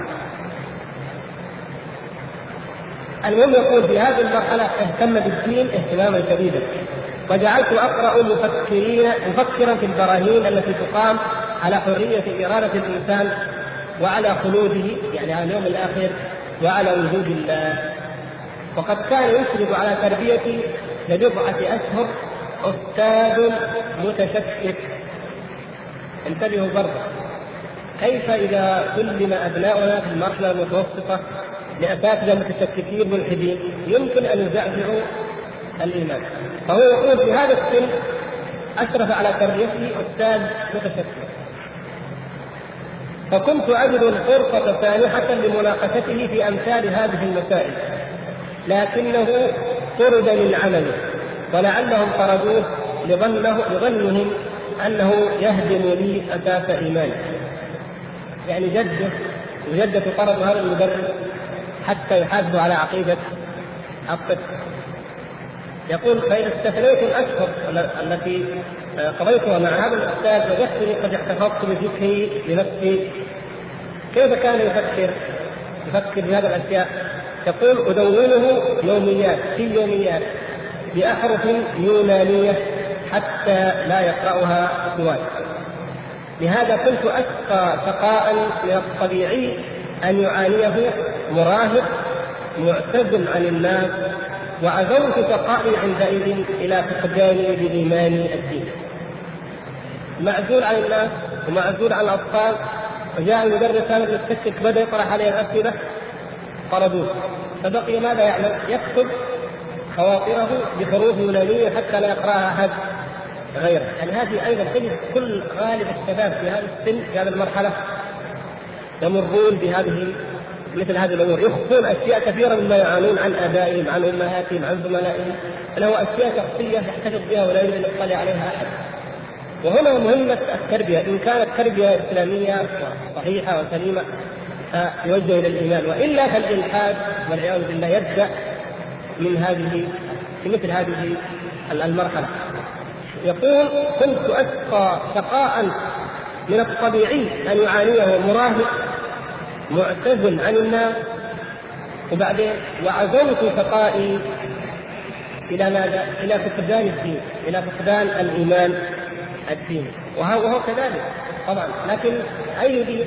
المهم يقول في هذه المرحلة اهتم بالدين اهتماما شديدا، وجعلت أقرأ مفكرين مفكرا في البراهين التي تقام على حرية إرادة الإنسان وعلى خلوده، يعني على اليوم الآخر وعلى وجود الله. وقد كان يشرف على تربيتي لبضعة أشهر أستاذ متشكك. انتبهوا برضه، كيف إذا سلم أبناؤنا في المرحلة المتوسطة لأساتذة متشككين ملحدين يمكن أن يزعزعوا الإيمان. فهو يقول في هذا السن أشرف على تربيته أستاذ متشكك، فكنت أجد الفرصة سانحة لمناقشته في أمثال هذه المسائل، لكنه طرد من عمله ولعلهم طردوه لظنه لظنهم أنه يهدم لي أساس إيماني. يعني جده وجدة طرد هذا المدرس حتى يحاسبوا على عقيدة الطفل. يقول فإن استثنيت الأشهر التي قضيتها مع هذا الأستاذ وجدتني قد احتفظت بفكري لنفسي. كيف كان يفكر؟ يفكر بهذه الأشياء. يقول أدونه يوميات في يوميات بأحرف يونانية حتى لا يقرأها سواي. لهذا كنت أشقى شقاء من الطبيعي أن يعانيه مراهق معتزل عن الناس، وعزوت شقائي عندئذ إلى فقداني لإيمان الدين. معزول عن الناس ومعزول عن الأطفال، وجاء المدرس هذا المتشكك بدأ يطرح عليه الأسئلة طردوه، فبقي ماذا يعمل؟ يكتب خواطره بحروف يونانية حتى لا يقرأها أحد غيره. يعني هذه أيضا تجد كل غالب الشباب في هذا السن في هذه المرحلة يمرون بهذه مثل هذه الأمور، يخفون أشياء كثيرة مما يعانون عن آبائهم عن أمهاتهم عن زملائهم، له أشياء شخصية يحتفظ بها ولا يريد أن يطلع عليها أحد. وهنا مهمة التربية، إن كانت تربية إسلامية صحيحة وسليمة يوجه إلى الإيمان، وإلا فالإلحاد والعياذ بالله يبدأ من هذه في مثل هذه المرحلة. يقول كنت أشقى شقاء من الطبيعي أن يعانيه مراهق معتزل عن الناس، وبعدين وعزوت شقائي إلى ماذا؟ إلى فقدان الدين، إلى فقدان الإيمان الديني. وهو كذلك طبعا، لكن أي دين؟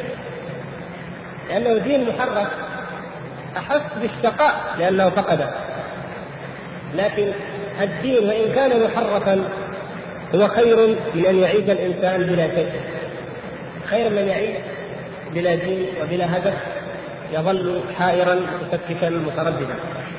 لأنه دين محرف أحس بالشقاء لأنه فقده، لكن الدين وإن كان محرفا هو خير من أن يعيش الإنسان بلا شيء، خير من يعيش بلا دين وبلا هدف يظل حائرا مفككا مترددا.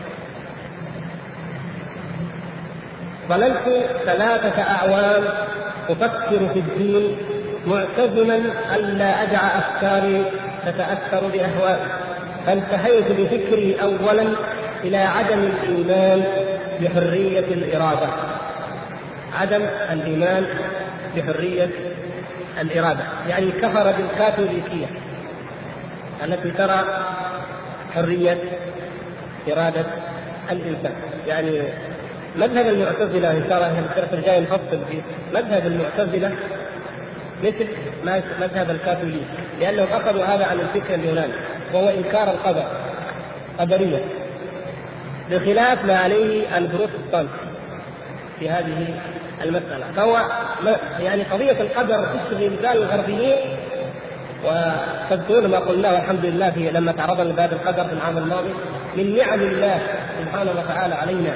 ظللت ثلاثة أعوام أفكر في الدين معتزما ألا أدع أفكاري تتأثر بأهوائي، فانتهيت بفكري أولا إلى عدم الإيمان بحرية الإرادة، عدم الإيمان بحرية الإرادة، يعني كفر بالكاثوليكية التي ترى حرية إرادة الإنسان. يعني مذهب المعتزلة إن شاء الله في الدرس الجاي نفصل فيه، مذهب المعتزلة مثل مذهب الكاثوليك، لأنهم أخذوا هذا عن الفكر اليوناني وهو إنكار القدر، قدرية، بخلاف ما عليه البروتستانت في هذه المسألة. فهو يعني قضية القدر تشغل بال الغربيين، وتذكرون ما قلناه الحمد لله في لما تعرضنا لباب القدر في العام الماضي من نعم الله سبحانه وتعالى علينا.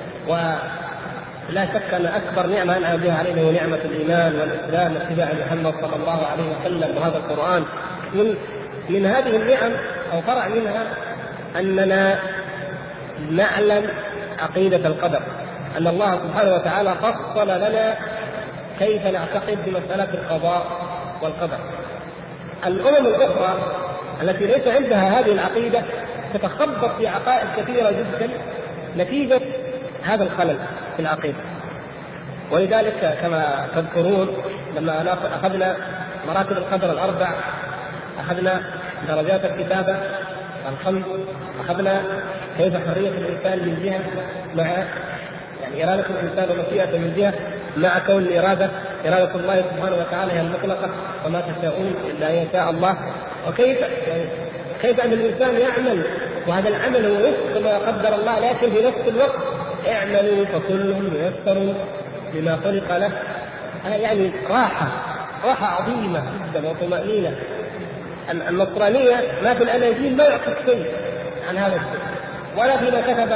ولا شك أن أكبر نعمة أنعم بها علينا هي نعمة الإيمان والإسلام واتباع محمد صلى الله عليه وسلم وهذا القرآن. من من هذه النعم أو فرع منها أننا نعلم عقيدة القدر، أن الله سبحانه وتعالى فصل لنا كيف نعتقد بمسألة القضاء والقدر. الأمم الأخرى التي ليس عندها هذه العقيدة تتخبط في عقائد كثيرة جدا نتيجة هذا الخلل في العقيدة. ولذلك كما تذكرون لما أخذنا مراتب القدر الأربع، أخذنا درجات الكتابة الخمس، أخذنا كيف حرية الإنسان من جهة مع يعني إرادة الإنسان ومشيئته من جهة مع كون الإرادة إرادة الله سبحانه وتعالى هي المطلقة وما تشاءون إلا أن يشاء الله. وكيف يعني كيف أن الإنسان يعمل وهذا العمل هو وفق ما قدر الله، لكن في نفس الوقت اعملوا فكل ميسر لما خلق له. يعني راحة راحة عظيمة جدا وطمأنينة. النصرانية ما في الأناجيل ما يعطيك شيء عن هذا الشيء، ولا فيما كتب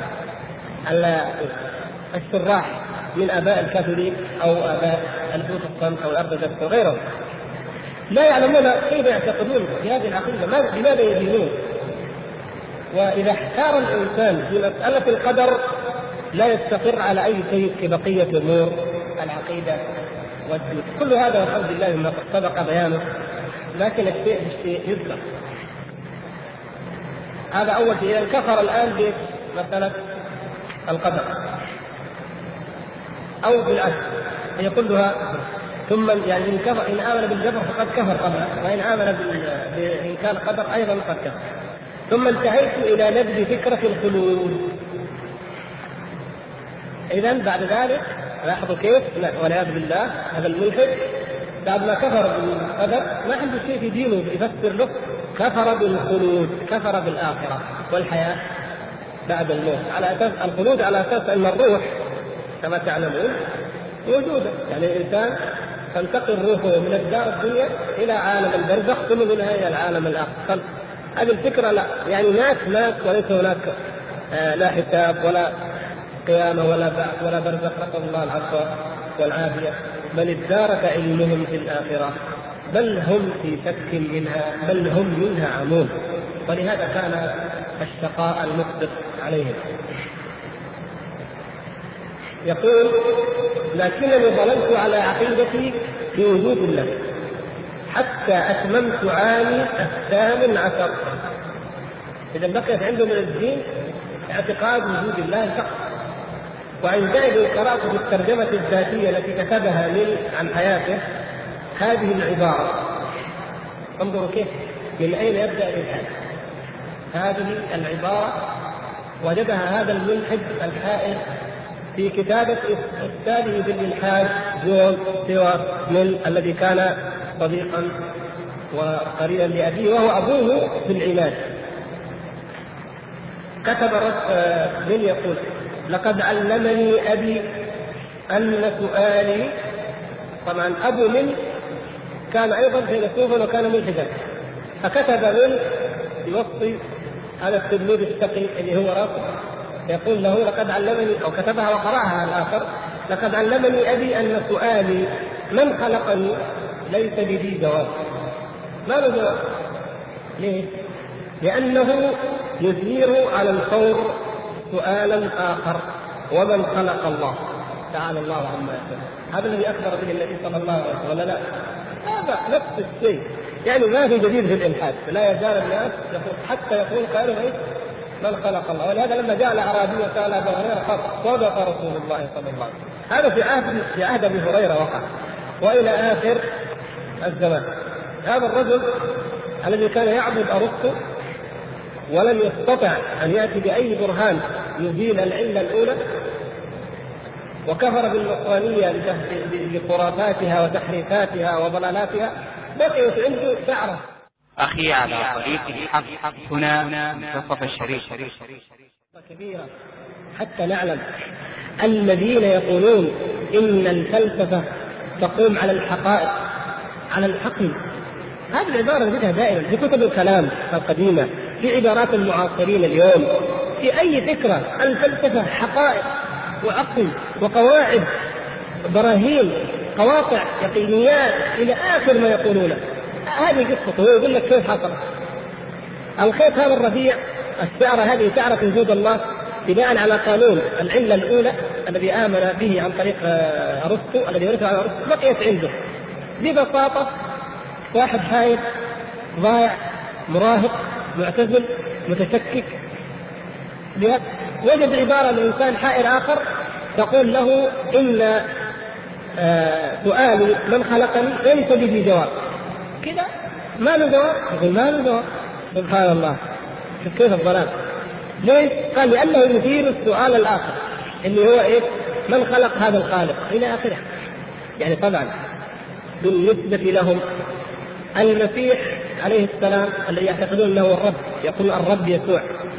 الشراح من آباء الكاثوليك أو آباء البروتستانت أو الأرثوذكس وغيرهم، لا يعلمون كيف يعتقدون في هذه العقيدة، لماذا يدينون. وإذا احتار الإنسان في مسألة القدر لا يستقر على أي شيء في بقية أمور العقيدة والدين. كل هذا والحمد لله مما سبق بيانه، لكن الشيء بالشيء يذكر. هذا أول شيء. إذا كفر الآن بمسألة القدر أو بالأجر هي كلها، ثم يعني إن, كفر إن آمن بالجبر فقد كفر قبله، وإن آمن بإن كان قدر أيضا قد كفر. ثم انتهيت إلى نبذ فكرة الخلود. إذن بعد ذلك لاحظوا كيف والعياذ بالله هذا الملحد بعد ما كفر بالقدر ما عنده شيء في دينه يفسر له، كفر بالخلود، كفر بالآخرة والحياة بعد الموت، على أساس الخلود على أساس أن الروح كما تعلمون موجودة. يعني الإنسان تنتقل روحه من الدار الدنيا إلى عالم البرزخ ثم منها إلى العالم الآخر. هذه الفكرة لا، يعني ناس ناس وليس هناك آه لا حساب ولا قيامة ولا بعث ولا برزخ، نسأل الله العفو والعافية. بل ادارك علمهم في الآخرة، بل هم في شك منها، بل هم منها عمون. ولهذا كان الشقاء المقدر عليهم. يقول: لكنني ظللت على عقيدتي في وجود الله حتى أتممت عامي الثامن عشر. إذا بقيت عنده من الدين اعتقاد وجود الله فقط. وعندئذ قرأت في الترجمة الذاتية التي كتبها من عن حياته هذه العبارة، انظروا كيف من أين يبدأ الإلحاد. هذه العبارة وجدها هذا الملحد الحائر في كتابة أستاذه بالإلحاد جون ستيوارت ميل الذي كان صديقا وقريبا لأبيه وهو أبوه في العناد. كتب ميل يقول: لقد علمني أبي أن سؤالي، طبعا أبو ميل كان أيضا فيلسوفا وكان ملحدا، فكتب ميل يوصي هذا التلميذ التقي اللي هو راسه، يقول له: لقد علمني، أو كتبها وقرأها الآخر: لقد علمني أبي أن سؤالي من خلقني ليس بدي جواب. ما له جواب. ليه؟ لأنه يثير على الفور سؤالا آخر: ومن خلق الله؟ تعالى الله عما يقول. هذا الذي أخبر به النبي صلى الله عليه وسلم ولا لا؟ هذا نفس الشيء، يعني ما في جديد في الإلحاد. لا يزال الناس يقول حتى يقول قائلهم: إيه؟ من خلق الله؟ ولهذا لما جاء الأعرابي وسأل أبا هريرة قال: صدق رسول الله صلى الله عليه وسلم. هذا في عهد في عهد أبي هريرة وقع وإلى آخر الزمان. هذا الرجل الذي كان يعبد أرسطو ولم يستطع أن يأتي بأي برهان يزيل العلة الأولى، وكفر بالنصرانية لخرافاتها وتحريفاتها وضلالاتها، بقيت عنده شعرة أخي على طريق الحق هنا منتصف الشريف. كبيرة حتى نعلم الذين يقولون إن الفلسفة تقوم على الحقائق على الحقل. هذه العبارة نجدها دائما في كتب الكلام القديمة، في عبارات المعاصرين اليوم، في أي فكرة. الفلسفة حقائق وعقل وقواعد، براهين، قواطع، يقينيات، إلى آخر ما يقولونه. هذه قصته، هو يقول لك كيف حصل الخيط هذا الرفيع. الشعرة هذه تعرف وجود الله بناء على قانون العلة الأولى الذي آمن به عن طريق أرسطو، الذي ورثه عن أرسطو، بقيت عنده ببساطة. واحد حايد ضايع مراهق معتزل متشكك، وجد عبارة من إنسان حائر آخر تقول له إن سؤالي من خلقني ليس به جواب. كذا ما له جواب، يقول ما له جواب. سبحان الله، شوف كيف الضلال. ليش؟ قال لأنه يثير السؤال الآخر اللي هو إيه؟ من خلق هذا الخالق إلى آخره. يعني طبعا بالنسبة لهم المسيح عليه السلام الذي يعتقدون أنه الرب، يقول الرب يسوع،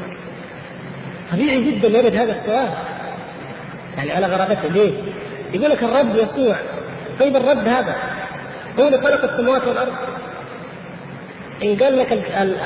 طبيعي جدا يرد هذا السؤال، يعني على غرابته. ليه؟ يقول لك الرب يسوع. طيب الرب هذا هو اللي خلق السماوات والأرض؟ إن قال لك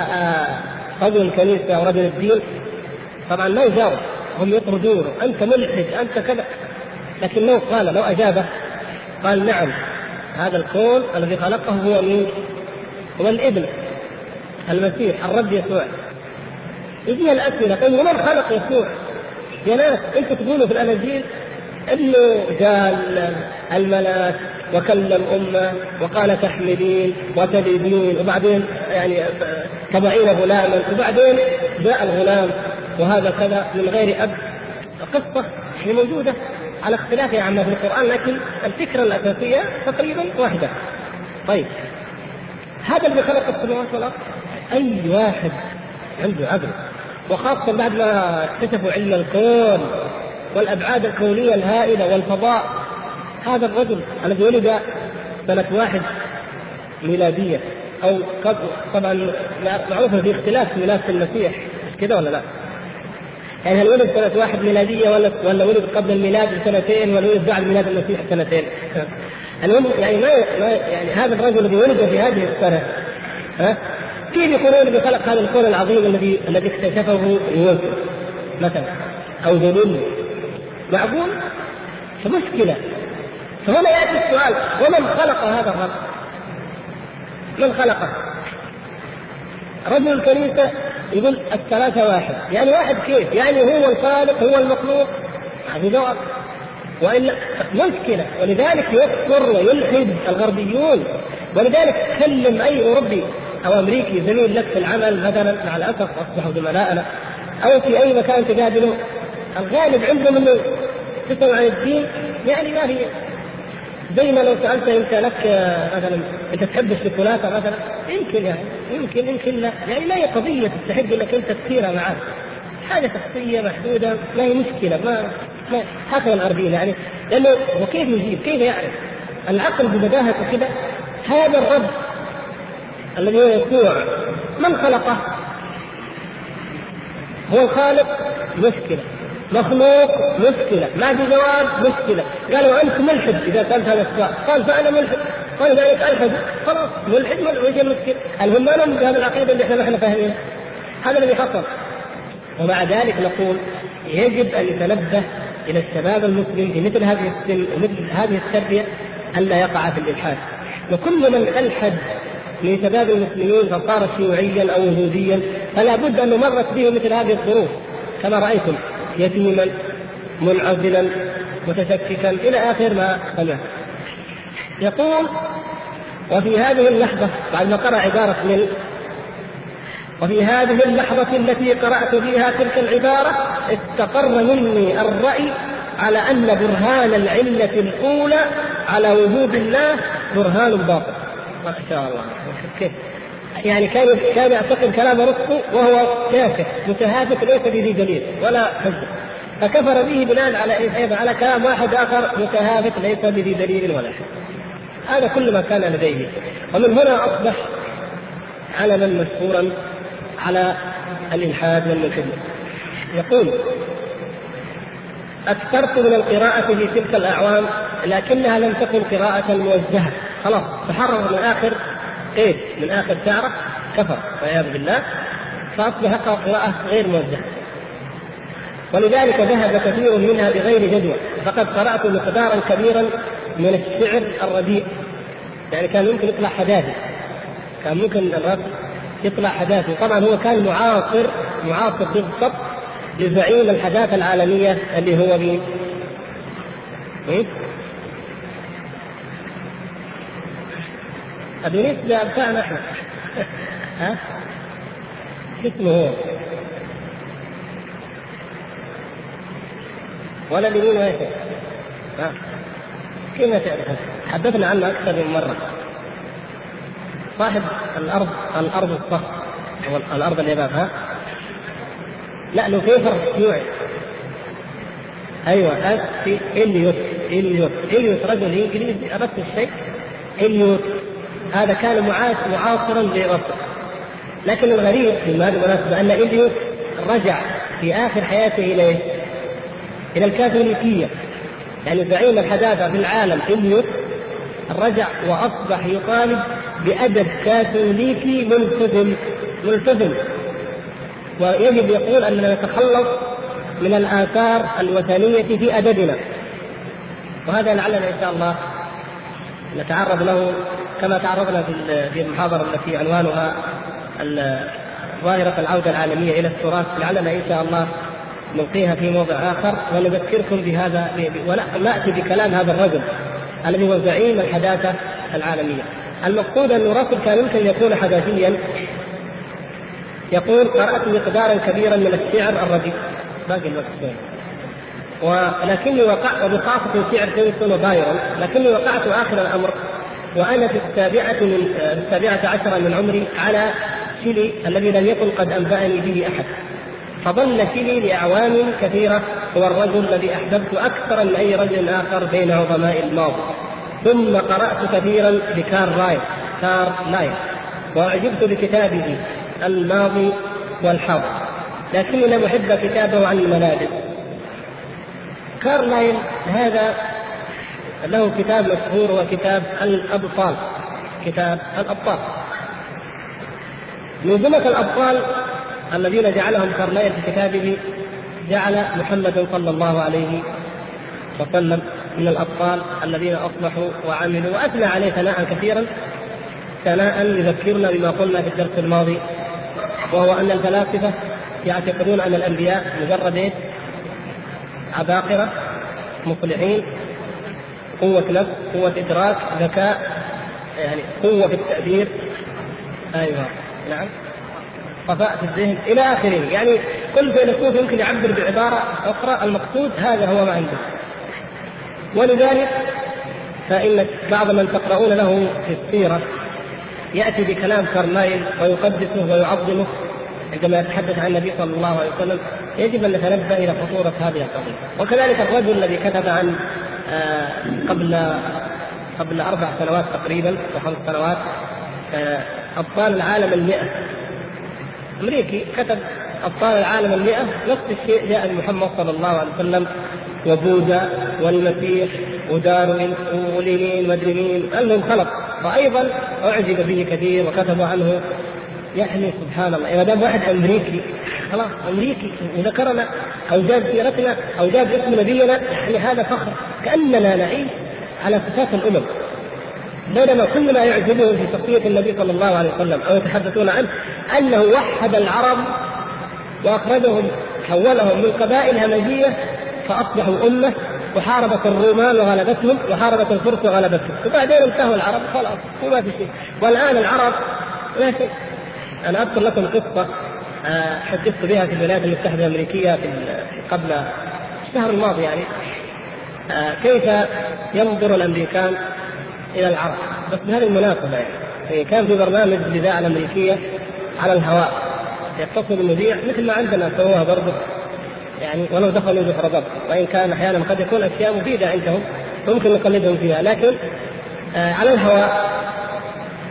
رجل الكنيسة أو رجل الدين طبعا ما يجاوب، هم يطردونه، أنت ملحد، أنت كذا. لكنه قال لو أجابه قال نعم، هذا الكون الذي خلقه هو مين؟ هو الابن المسيح الرب يسوع. يجيها الأسئلة، طيب ومن خلق يسوع؟ يا ناس أنتم تقولوا في الأناجيل إنه قال الملاك وكلم أمه وقال تحملين وتلدين، وبعدين يعني تضعين غلاما، وبعدين جاء الغلام وهذا كذا من غير أب. قصة هي موجودة على اختلافها عما في القرآن، لكن الفكرة الأساسية تقريبا واحدة. طيب هذا اللي خلق السماوات والأرض، أي واحد عنده عقل، وخاصة بعد ما اكتشفوا علم الكون والأبعاد الكونية الهائلة والفضاء، هذا الرجل الذي ولد سنة واحد ميلادية أو طبعا معروفة في اختلاف في ولادة المسيح كده ولا لا؟ يعني هل ولد سنة واحد ميلادية ولا ولا ولد قبل الميلاد بسنتين ولا ولد بعد ميلاد المسيح بسنتين؟ المهم يعني ما يعني هذا الرجل الذي ولد في هذه السنة، ها كيف يقولون بخلق هذا الكون العظيم الذي الذي اكتشفه نيوتن مثلا أو جاليليو؟ معقول؟ فمشكلة. فهنا يأتي السؤال، ومن خلق هذا الرب؟ من خلقه؟ رجل الكنيسة يقول الثلاثة واحد. يعني واحد كيف؟ يعني هو الخالق هو المخلوق؟ هذا جواب. وإلا مشكلة. ولذلك يكفر ويلحد الغربيون. ولذلك كلم أي أوروبي أو أمريكي زميل لك في العمل مثلا، مع الأسف أصبحوا زملائنا، أو في أي مكان تقابله، الغالب عندهم إنه تسمع عن الدين يعني ما هي زي ما لو سألت أنت لك مثلا أنت تحب الشوكولاتة مثلا، يمكن يعني يمكن يمكن لا، يعني ما هي قضية تستحق إنك أنت تثيرها معاه، حاجة شخصية محدودة، ما هي مشكلة. ما, ما هكذا الغربيين يعني، لأنه وكيف يجيب؟ كيف يعرف؟ العقل ببداهته كده. هذا الرب الذي هو يسوع من خلقه؟ هو الخالق؟ مشكلة. مخلوق؟ مشكلة. ما في جواب؟ مشكلة. قالوا أنت ملحد إذا سألت هذا السؤال. قال فأنا ملحد. قال ذلك ألحد. خلاص ملحد وجه المشكلة. الهم ما لهم بهذه العقيدة اللي احنا نحن فاهمين. هذا الذي حصل. ومع ذلك نقول يجب أن يتنبه إلى الشباب المسلم في مثل هذه السن ومثل هذه التربية ألا يقع في الإلحاد. وكل من ألحد من شباب المسلمين فصار شيوعيا أو وجوديا فلا بد أن مرت به مثل هذه الظروف كما رأيتم، يتيما منعزلا متشككا إلى آخر ما سمع. يقول وفي هذه اللحظة بعد ما قرأ عبارة من وفي هذه اللحظة التي قرأت فيها تلك العبارة استقر مني الرأي على أن برهان العلة الأولى على وجود الله برهان باطل. ما شاء الله. كيف يعني كان كان يعتقد كلام أرسطو وهو تافه متهافت ليس به دليل ولا حجة، فكفر به بناء على ايه؟ على كلام واحد آخر متهافت ليس به دليل ولا حجة. هذا كل ما كان لديه. ومن هنا أصبح علما مشهورا على الإلحاد والملحدين. يقول: أكثرت من القراءة في تلك الأعوام لكنها لم تكن قراءة موجهة، خلاص تحرر من آخر قيد من آخر شعرة كفر والعياذ بالله، فأصبح قراءة غير موجهة، ولذلك ذهب كثير منها بغير جدوى. فقد قرأت مقدارا كبيرا من الشعر الرديء، يعني كان ممكن يطلع حداثي، كان ممكن الرد يطلع حداثي. طبعا هو كان معاصر معاصر بالضبط لزعيم الحداثة العالمية اللي هو مين؟ إيه؟ أدونيس ده بتاعنا احنا. ها؟ اسمه هو ولا لمين ولا شيء؟ ها؟ كيف تعرف؟ حدثنا عنه أكثر من مرة. صاحب الأرض الأرض الصخر أو الأرض اليابان. ها؟ لا له كيفر شيوعي. أيوة في إليوت إليوت إليوت رجل إنجليزي أردت الشيء. إليوت هذا كان معاصرا لرسل، لكن الغريب في هذه المناسبة أن إليوت رجع في آخر حياته إلى إلى الكاثوليكية، يعني زعيم الحداثة في العالم إليوت رجع وأصبح يطالب بأدب كاثوليكي ملتزم ملتزم ويجب يقول أننا نتخلص من الآثار الوثنية في أدبنا، وهذا لعلنا إن شاء الله نتعرض له كما تعرضنا في المحاضرة التي عنوانها ظاهرة العودة العالمية إلى التراث، لعلنا إن شاء الله نلقيها في موضع آخر ونذكركم بهذا ونأتي بكلام هذا الرجل الذي هو زعيم الحداثة العالمية. المقصود أن الرسول كان يمكن يكون حداثيا. يقول: قرأت مقدارا كبيرا من الشعر الرديء، باقي الوقت شوي، ولكني وقعت وبخاصة شعر تنسون وبايرون، لكني وقعت آخر الأمر وأنا في السابعة من السابعة عشرة من عمري على شيلي الذي لم يكن قد أنبأني به أحد، فظل شيلي لأعوام كثيرة هو الرجل الذي أحببت أكثر من أي رجل آخر بين عظماء الماضي. ثم قرأت كثيرا لكارل رايف كارل لايف وأعجبت بكتابه الماضي والحاضر، لكني لم أحب كتابه عن الملابس. كارل لايف هذا له كتاب مشهور وكتاب الأبطال، كتاب الأبطال. من جملة الأبطال الذين جعلهم كارل لايف في كتابه جعل محمد صلى الله عليه وسلم من الأبطال الذين أصلحوا وعملوا، وأثنى عليه ثناء كثيرا، ثناء يذكرنا بما قلنا في الدرس الماضي، وهو أن الفلاسفة يعتقدون أن الأنبياء مجرد عباقرة مصلحين، قوة نفس، قوة إدراك، ذكاء، يعني قوة في التأثير، أيوة نعم، صفاء في الذهن إلى آخره. يعني كل فيلسوف يمكن يعبر بعبارة أخرى، المقصود هذا هو ما عنده. ولذلك فإن بعض من تقرؤون له في السيرة يأتي بكلام كارل لايف ويقدسه ويعظمه عندما يتحدث عن النبي صلى الله عليه وسلم. يجب أن نتنبه إلى خطورة هذه القضية. وكذلك الرجل الذي كتب عن آه قبل قبل أربع سنوات تقريبا وخمس سنوات آه أبطال العالم المئة، أمريكي، كتب أبطال العالم المئة، نفس الشيء جاء لمحمد صلى الله عليه وسلم وبوذا والمسيح وداروين ولينين مدرمين، المهم خلق، وأيضا أعجب به كثير وكتب عنه. يعني سبحان الله، إذا دام واحد أمريكي خلاص أمريكي وذكرنا أو جاب سيرتنا أو جاب اسم نبينا، يعني هذا فخر، كأننا نعيش على صفات الأمم، بينما كل ما يعجبهم في شخصية النبي صلى الله عليه وسلم أو يتحدثون عنه أنه وحد العرب وأخرجهم حولهم من قبائل همجية فأصبحوا أمة، وحاربت الرومان وغلبتهم وحاربت الفرس وغلبتهم، وبعدين انتهوا العرب خلاص وما في شيء. والآن العرب لا شيء. أنا أذكر لكم قصة حدثت بها في الولايات المتحدة الأمريكية في قبل الشهر الماضي، يعني كيف ينظر الأمريكان إلى العرب، بس بهذه المناسبة. يعني كان في برنامج الإذاعة الأمريكية على الهواء يتصل المذيع مثل ما عندنا سووها برضه، يعني ولو دخلوا جحر ضب، وإن كان أحيانا قد يكون أشياء مفيدة عندهم ممكن نقلدهم فيها، لكن آه على الهواء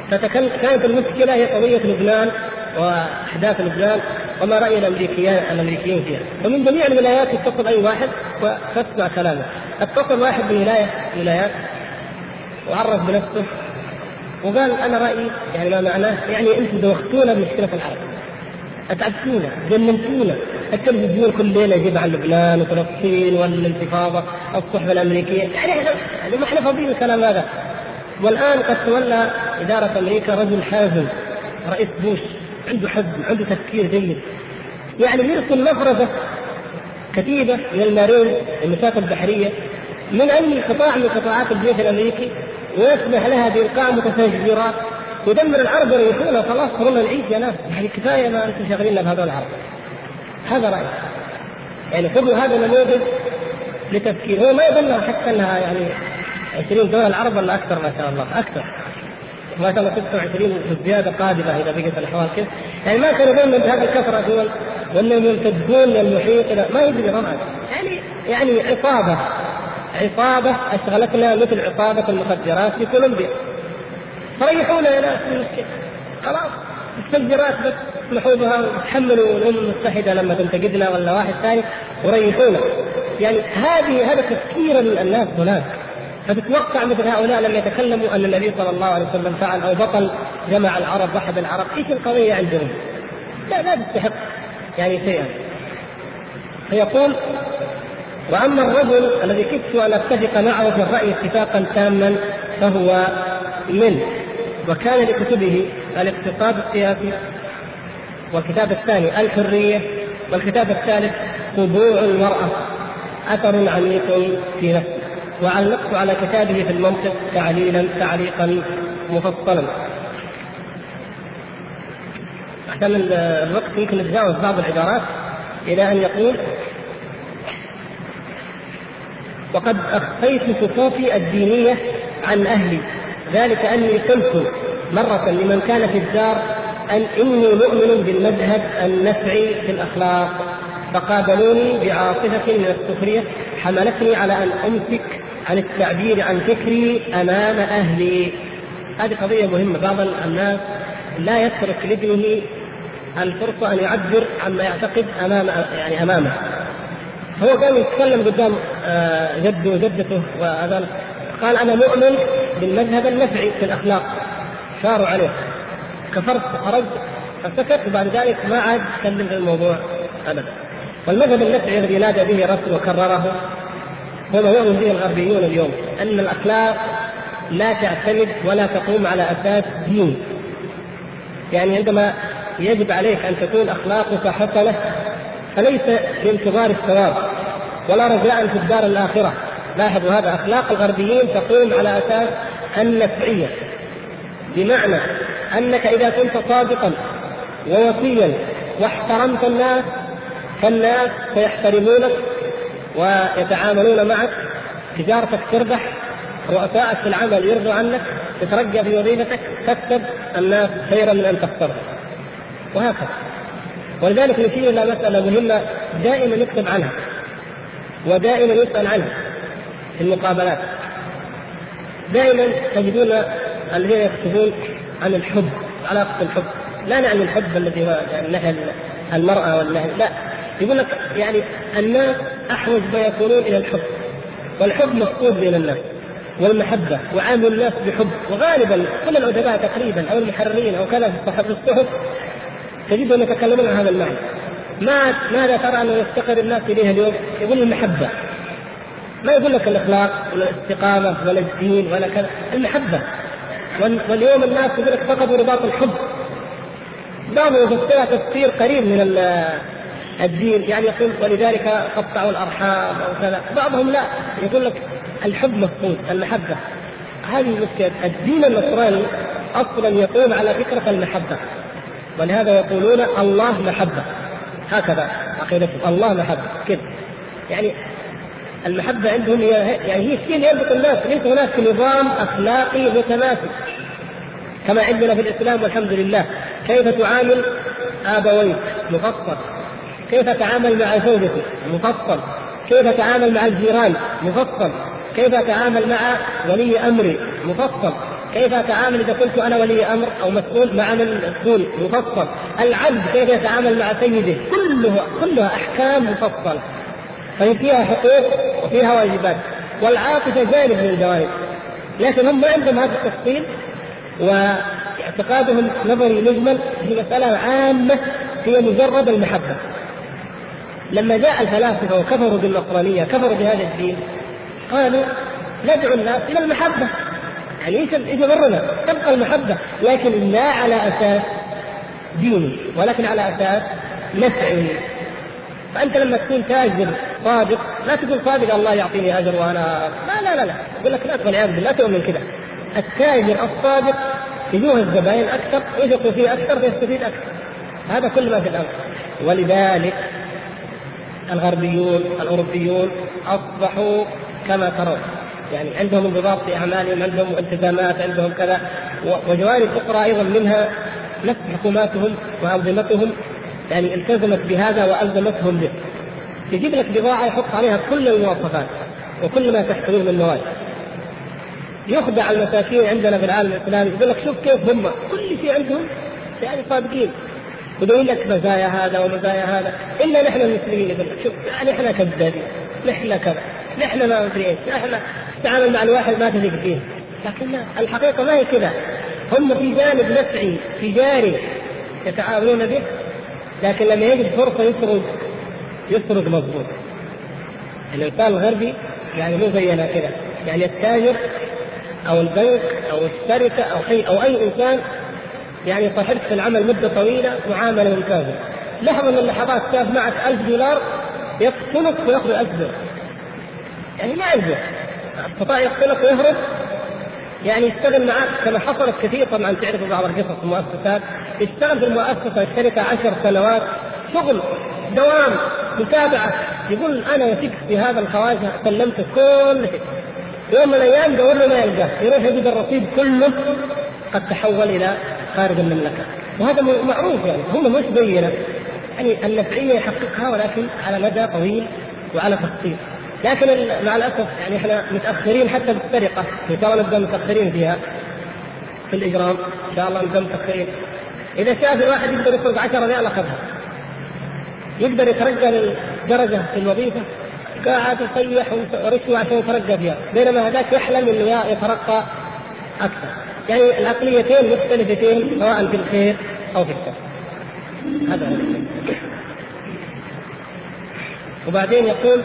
فكانت المشكلة هي قضية لبنان وأحداث لبنان وما رأي الأمريكيين الأمريكيين فيها. ومن جميع الولايات يتصل أي واحد وتسمع كلامه. اتصل واحد من ولاية ولايات وعرف بنفسه وقال أنا رأيي يعني ما معناه يعني أنتم دوختونا بمشكلة العرب، أتعبتونا، جننتونا، التلفزيون كل ليلة يجيب عن لبنان وفلسطين والانتفاضة، الصحبة الأمريكية، يعني يعني ما احنا فاضيين الكلام هذا. والآن قد تولى إدارة أمريكا رجل حازم، رئيس بوش عنده حزم، عنده تفكير جيد، يعني يرسل مفرزة كتيبة من المارين المسافة البحرية من أي قطاع من قطاعات الجيش الأمريكي ويسمح لها بإلقاء متفجرات ودمر العرب يريحون. خلاص صرنا نعيش يا ناس، يعني كفاية ما أنتم شغالين بهذول العرب. هذا رأي، يعني خذوا هذا النموذج لتفكير. هو ما يظن حتى أنها يعني عشرين دولة العرب ولا أكثر، ما شاء الله أكثر، ما شاء الله ستة وعشرين وزيادة قادمة إذا بقيت الأحوال كذا. يعني ما كانوا يظن بهذه الكثرة دول وأنهم يمتدون للمحيط، ما يدري طبعا. يعني يعني عصابة عصابة أشغلتنا مثل عصابة المخدرات في كولومبيا. فريحونا يا ناس من الشيء، خلاص التفجيرات بس اسمحوا بها وتحملوا الأمم المتحدة لما تنتقدنا ولا واحد ثاني وريحونا. يعني هذه هذا تفكير الناس هناك. فتتوقع مثل هؤلاء لما يتكلموا أن النبي صلى الله عليه وسلم فعل أو بطل جمع العرب وحد العرب، إيش القضية عندهم؟ لا لا تستحق يعني شيئا. فيقول: وأما الرجل الذي كدت أن أتفق معه في الرأي اتفاقا تاما فهو من، وكان لكتبه الاقتصاد السياسي، والكتاب الثاني الحرية، والكتاب الثالث خضوع المرأة، أثر عميق في نفسه. وعلقت على كتابه في المنطق تعليلا تعليقا مفصلا. عشان الوقت يمكن نتجاوز بعض العبارات إلى أن يقول: وقد أخفيت صفوفي الدينية عن أهلي، ذلك أني قلت مرة لمن كان في الدار أن إني مؤمن بالمذهب النفعي في الأخلاق، فقابلوني بعاصفة من السخرية حملتني على أن أمسك عن التعبير عن فكري أمام أهلي. هذه قضية مهمة. بعض الناس لا يترك لابنه الفرصة أن يعبر عما يعتقد أمام يعني أمامه. هو كان يتكلم قدام جده وجدته وأذن، قال: أنا مؤمن بالمذهب النفعي في الأخلاق. شاروا عليه، كفرت وخرجت فسكت، وبعد ذلك ما عاد يتكلم في الموضوع أبدا. والمذهب النفعي الذي نادى به رسول وكرره هو ما يؤمن به الغربيون اليوم، أن الأخلاق لا تعتمد ولا تقوم على أساس دين. يعني عندما يجب عليك أن تكون أخلاقك حسنة فليس لانتظار الثواب ولا رجاء في الدار الآخرة. لاحظوا هذا، أخلاق الغربيين تقوم على أساس النفعية، بمعنى أنك إذا كنت صادقا ووفيا واحترمت الناس فالناس سيحترمونك ويتعاملون معك، تجارتك تربح، رؤسائك في العمل يرضوا عنك، تترقى في وظيفتك، تكسب الناس خيرا من أن تخسر، وهكذا. ولذلك نشير إلى مسألة مهمة دائما يكتب عنها ودائما يسأل عنها في المقابلات. دائما تجدون الذين يكتبون عن الحب، علاقة الحب. لا نعني الحب الذي هو يعني نهي المرأة والنهي، لا، يقول لك يعني الناس أحوج ما يكونون إلى الحب، والحب مفقود بين الناس، والمحبة وعامل الناس بحب. وغالبا كل الأدباء تقريبا أو المحررين أو كذا في الصحف تجدهم يتكلمون عن هذا المعنى. ما ماذا ترى أنه يفتقر الناس إليها اليوم؟ يقول المحبة، ما يقول لك الأخلاق ولا الاستقامة ولا الدين ولا كذا، المحبة. واليوم الناس يقول لك فقدوا رباط الحب. بعضهم يفسرها تفسير قريب من الدين، يعني يقول ولذلك قطعوا الأرحام أو كذا. بعضهم لا، يقول لك الحب مفقود، المحبة. هذه المشكلة. الدين النصراني أصلا يقوم على فكرة المحبة، ولهذا يقولون الله محبة، هكذا عقيدتهم، الله محبة كده. يعني المحبة عندهم هي يعني هي الشيء اللي يربط الناس. ليس هناك نظام أخلاقي متماسك كما عندنا في الإسلام والحمد لله. كيف تعامل آبويك مفصل، كيف تعامل مع زوجتك مفصل، كيف تعامل مع الجيران مفصل، كيف تعامل مع ولي أمري مفصل. كيف أتعامل إذا كنت أنا ولي أمر أو مسؤول مع من مسؤول مفصل. العبد كيف يتعامل مع سيده، كلها كلها أحكام مفصلة، فهي فيها حقوق وفيها واجبات. والعاطفة جانب من الجوانب، لكن هم ما عندهم هذا التفصيل، واعتقادهم نظري مجمل في مسألة عامة هي مجرد المحبة. لما جاء الفلاسفة وكفروا بالنصرانية، كفروا بهذا الدين، قالوا ندعو الناس إلى المحبة، يعني ايش ايش ضرنا؟ تبقى المحبة، لكن لا على أساس ديني، ولكن على أساس نفعي. فأنت لما تكون تاجر صادق لا تقول صادق الله يعطيني أجر وأنا لا لا لا لا يقول لك لا، والعياذ بالله تؤمن كذا. التاجر الصادق يجوه الزبائن أكثر، يثقوا فيه أكثر، فيستفيد أكثر. هذا كل ما في الأمر. ولذلك الغربيون الأوروبيون أصبحوا كما ترون، يعني عندهم انضباط في أعمالهم، عندهم التزامات، عندهم كذا، وجوانب أخرى أيضا منها نفس حكوماتهم وأنظمتهم يعني التزمت بهذا وألزمتهم به. يجيب لك بضاعة يحط عليها كل المواصفات وكل ما تحتويه من مواد. يخدع المساكين عندنا في العالم الإسلامي، يقول لك شوف كيف هم كل شيء عندهم يعني صادقين، يقول لك مزايا هذا ومزايا هذا، إلا نحن المسلمين يقول لك شوف يعني إحنا كذابين، نحن كذا، نحن ما ندري إيش، نحن نتعامل مع الواحد ما تثق فيه. لكن الحقيقة ما هي كذا، هم في جانب نفعي تجاري يتعاملون به، لكن لما يجد فرصة يسرد يسرد مضبوط. الإنسان الغربي يعني مو زينا كذا، يعني التاجر أو البنك أو الشركة أو أي أو أي إنسان يعني صاحبت في العمل مدة طويلة معاملة ممتازة، لحظة من اللحظات شاف معك ألف دولار يقتلك ويأخذ ألف دولار، يعني ما عنده استطاع يقتلك ويهرب، يعني يشتغل معك كما حصلت كثير. طبعا تعرفوا بعض القصص المؤسسات، يشتغل في المؤسسة الشركة عشر سنوات شغل دوام متابعة، يقول أنا وثقت في هذا الخواجة سلمت كل شيء، يوم من الأيام دور له ما يلقاه، يروح يجد الرصيد كله قد تحول إلى خارج المملكة. وهذا معروف، يعني هم مش بينة، يعني النفعية يحققها ولكن على مدى طويل وعلى تخطيط. لكن مع الأسف يعني احنا متأخرين حتى بالسرقة، إن شاء الله نبدأ متأخرين فيها، في الإجرام إن شاء الله نبدأ متأخرين. إذا شاف الواحد يقدر يسرق عشرة ريال أخذها، يقدر يترقى للدرجة في الوظيفة، قاعد يصيح ورشوة عشان يترقى فيها، بينما هذاك يحلم إنه يترقى أكثر. يعني العقليتين مختلفتين سواء في الخير أو في الشر. هذا هو. وبعدين يقول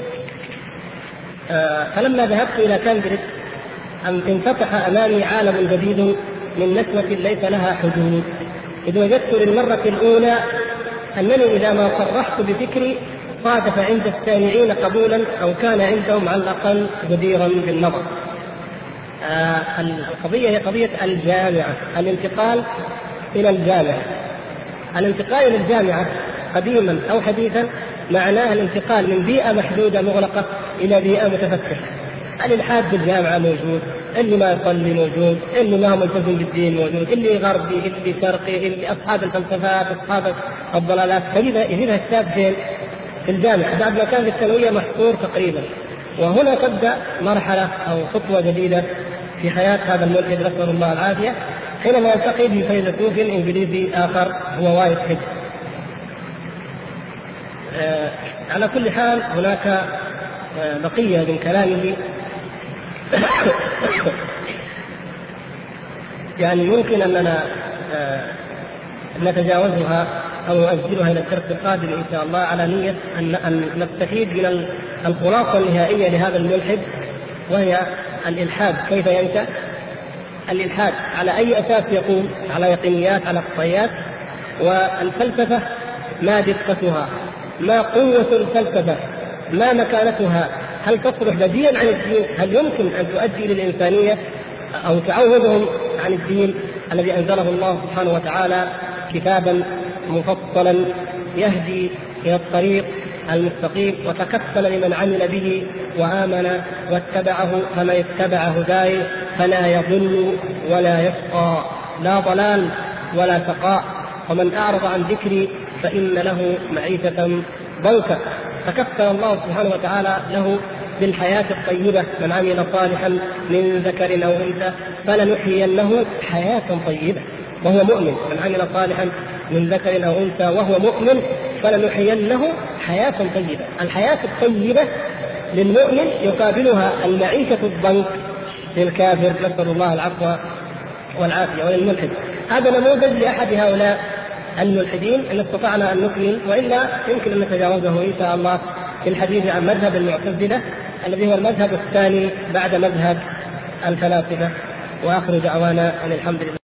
آه فلما ذهبت إلى كامبريدج أن انفتح أمامي عالم جديد من نسوة ليس لها حدود، إذ وجدت للمرة الأولى أنني إذا ما صرحت بفكري صادف عند السامعين قبولا أو كان عندهم على الأقل جديرا بالنظر. آه القضية هي قضية الجامعة، الانتقال إلى الجامعة. الانتقال إلى الجامعة قديما أو حديثا معناه الانتقال من بيئة محدودة مغلقة إلى بيئة متفتحة. الإلحاد بالجامعة موجود، اللي ما يصلي موجود، اللي ما ملتزم بالدين موجود، اللي غربي، اللي شرقي، اللي أصحاب الفلسفات، أصحاب الضلالات. فلذا يجدها الشاب فين؟ في الجامعة، بعد ما كان في الثانوية محصور تقريبا. وهنا تبدأ مرحلة أو خطوة جديدة في حياة هذا الملحد نسأل الله العافية، حينما يلتقي بفيلسوف إنجليزي آخر هو وايت هيد. آه على كل حال هناك آه بقية من كلامه يعني يمكن أننا آه نتجاوزها أو نؤجلها إلى الدرس القادم إن شاء الله، على نية أن, أن نستفيد من الخلاصة النهائية لهذا الملحد، وهي الإلحاد كيف ينشأ. الإلحاد على أي أساس يقوم؟ على يقينيات، على قطعيات. والفلسفة ما دقتها؟ ما قوة الفلسفة؟ ما مكانتها؟ هل تصلح بديلا عن الدين؟ هل يمكن أن تؤدي للإنسانية أو تعوضهم عن الدين الذي أنزله الله سبحانه وتعالى كتابا مفصلا يهدي إلى الطريق المستقيم، وتكفل لمن عمل به وآمن واتبعه، فمن اتبع هداي فلا يضل ولا يشقى، لا ضلال ولا شقاء. ومن أعرض عن ذكري فإن له معيشة ضنكا. تكفل الله سبحانه وتعالى له بالحياة الطيبة: من عمل صالحا من ذكر أو أنثى فلنحيينه حياة طيبة وهو مؤمن. من عمل صالحا من ذكر أو أنثى وهو مؤمن فلنحيينه حياة طيبة. الحياة الطيبة للمؤمن يقابلها المعيشة الضنك للكافر، نسأل الله العفو والعافية، وللملحد. هذا نموذج لأحد هؤلاء الملحدين إن استطعنا أن نكمل، وإلا يمكن أن نتجاوزه إن شاء الله في الحديث عن مذهب المعتزلة الذي هو المذهب الثاني بعد مذهب الفلاسفة. وآخر دعوانا أن الحمد لله.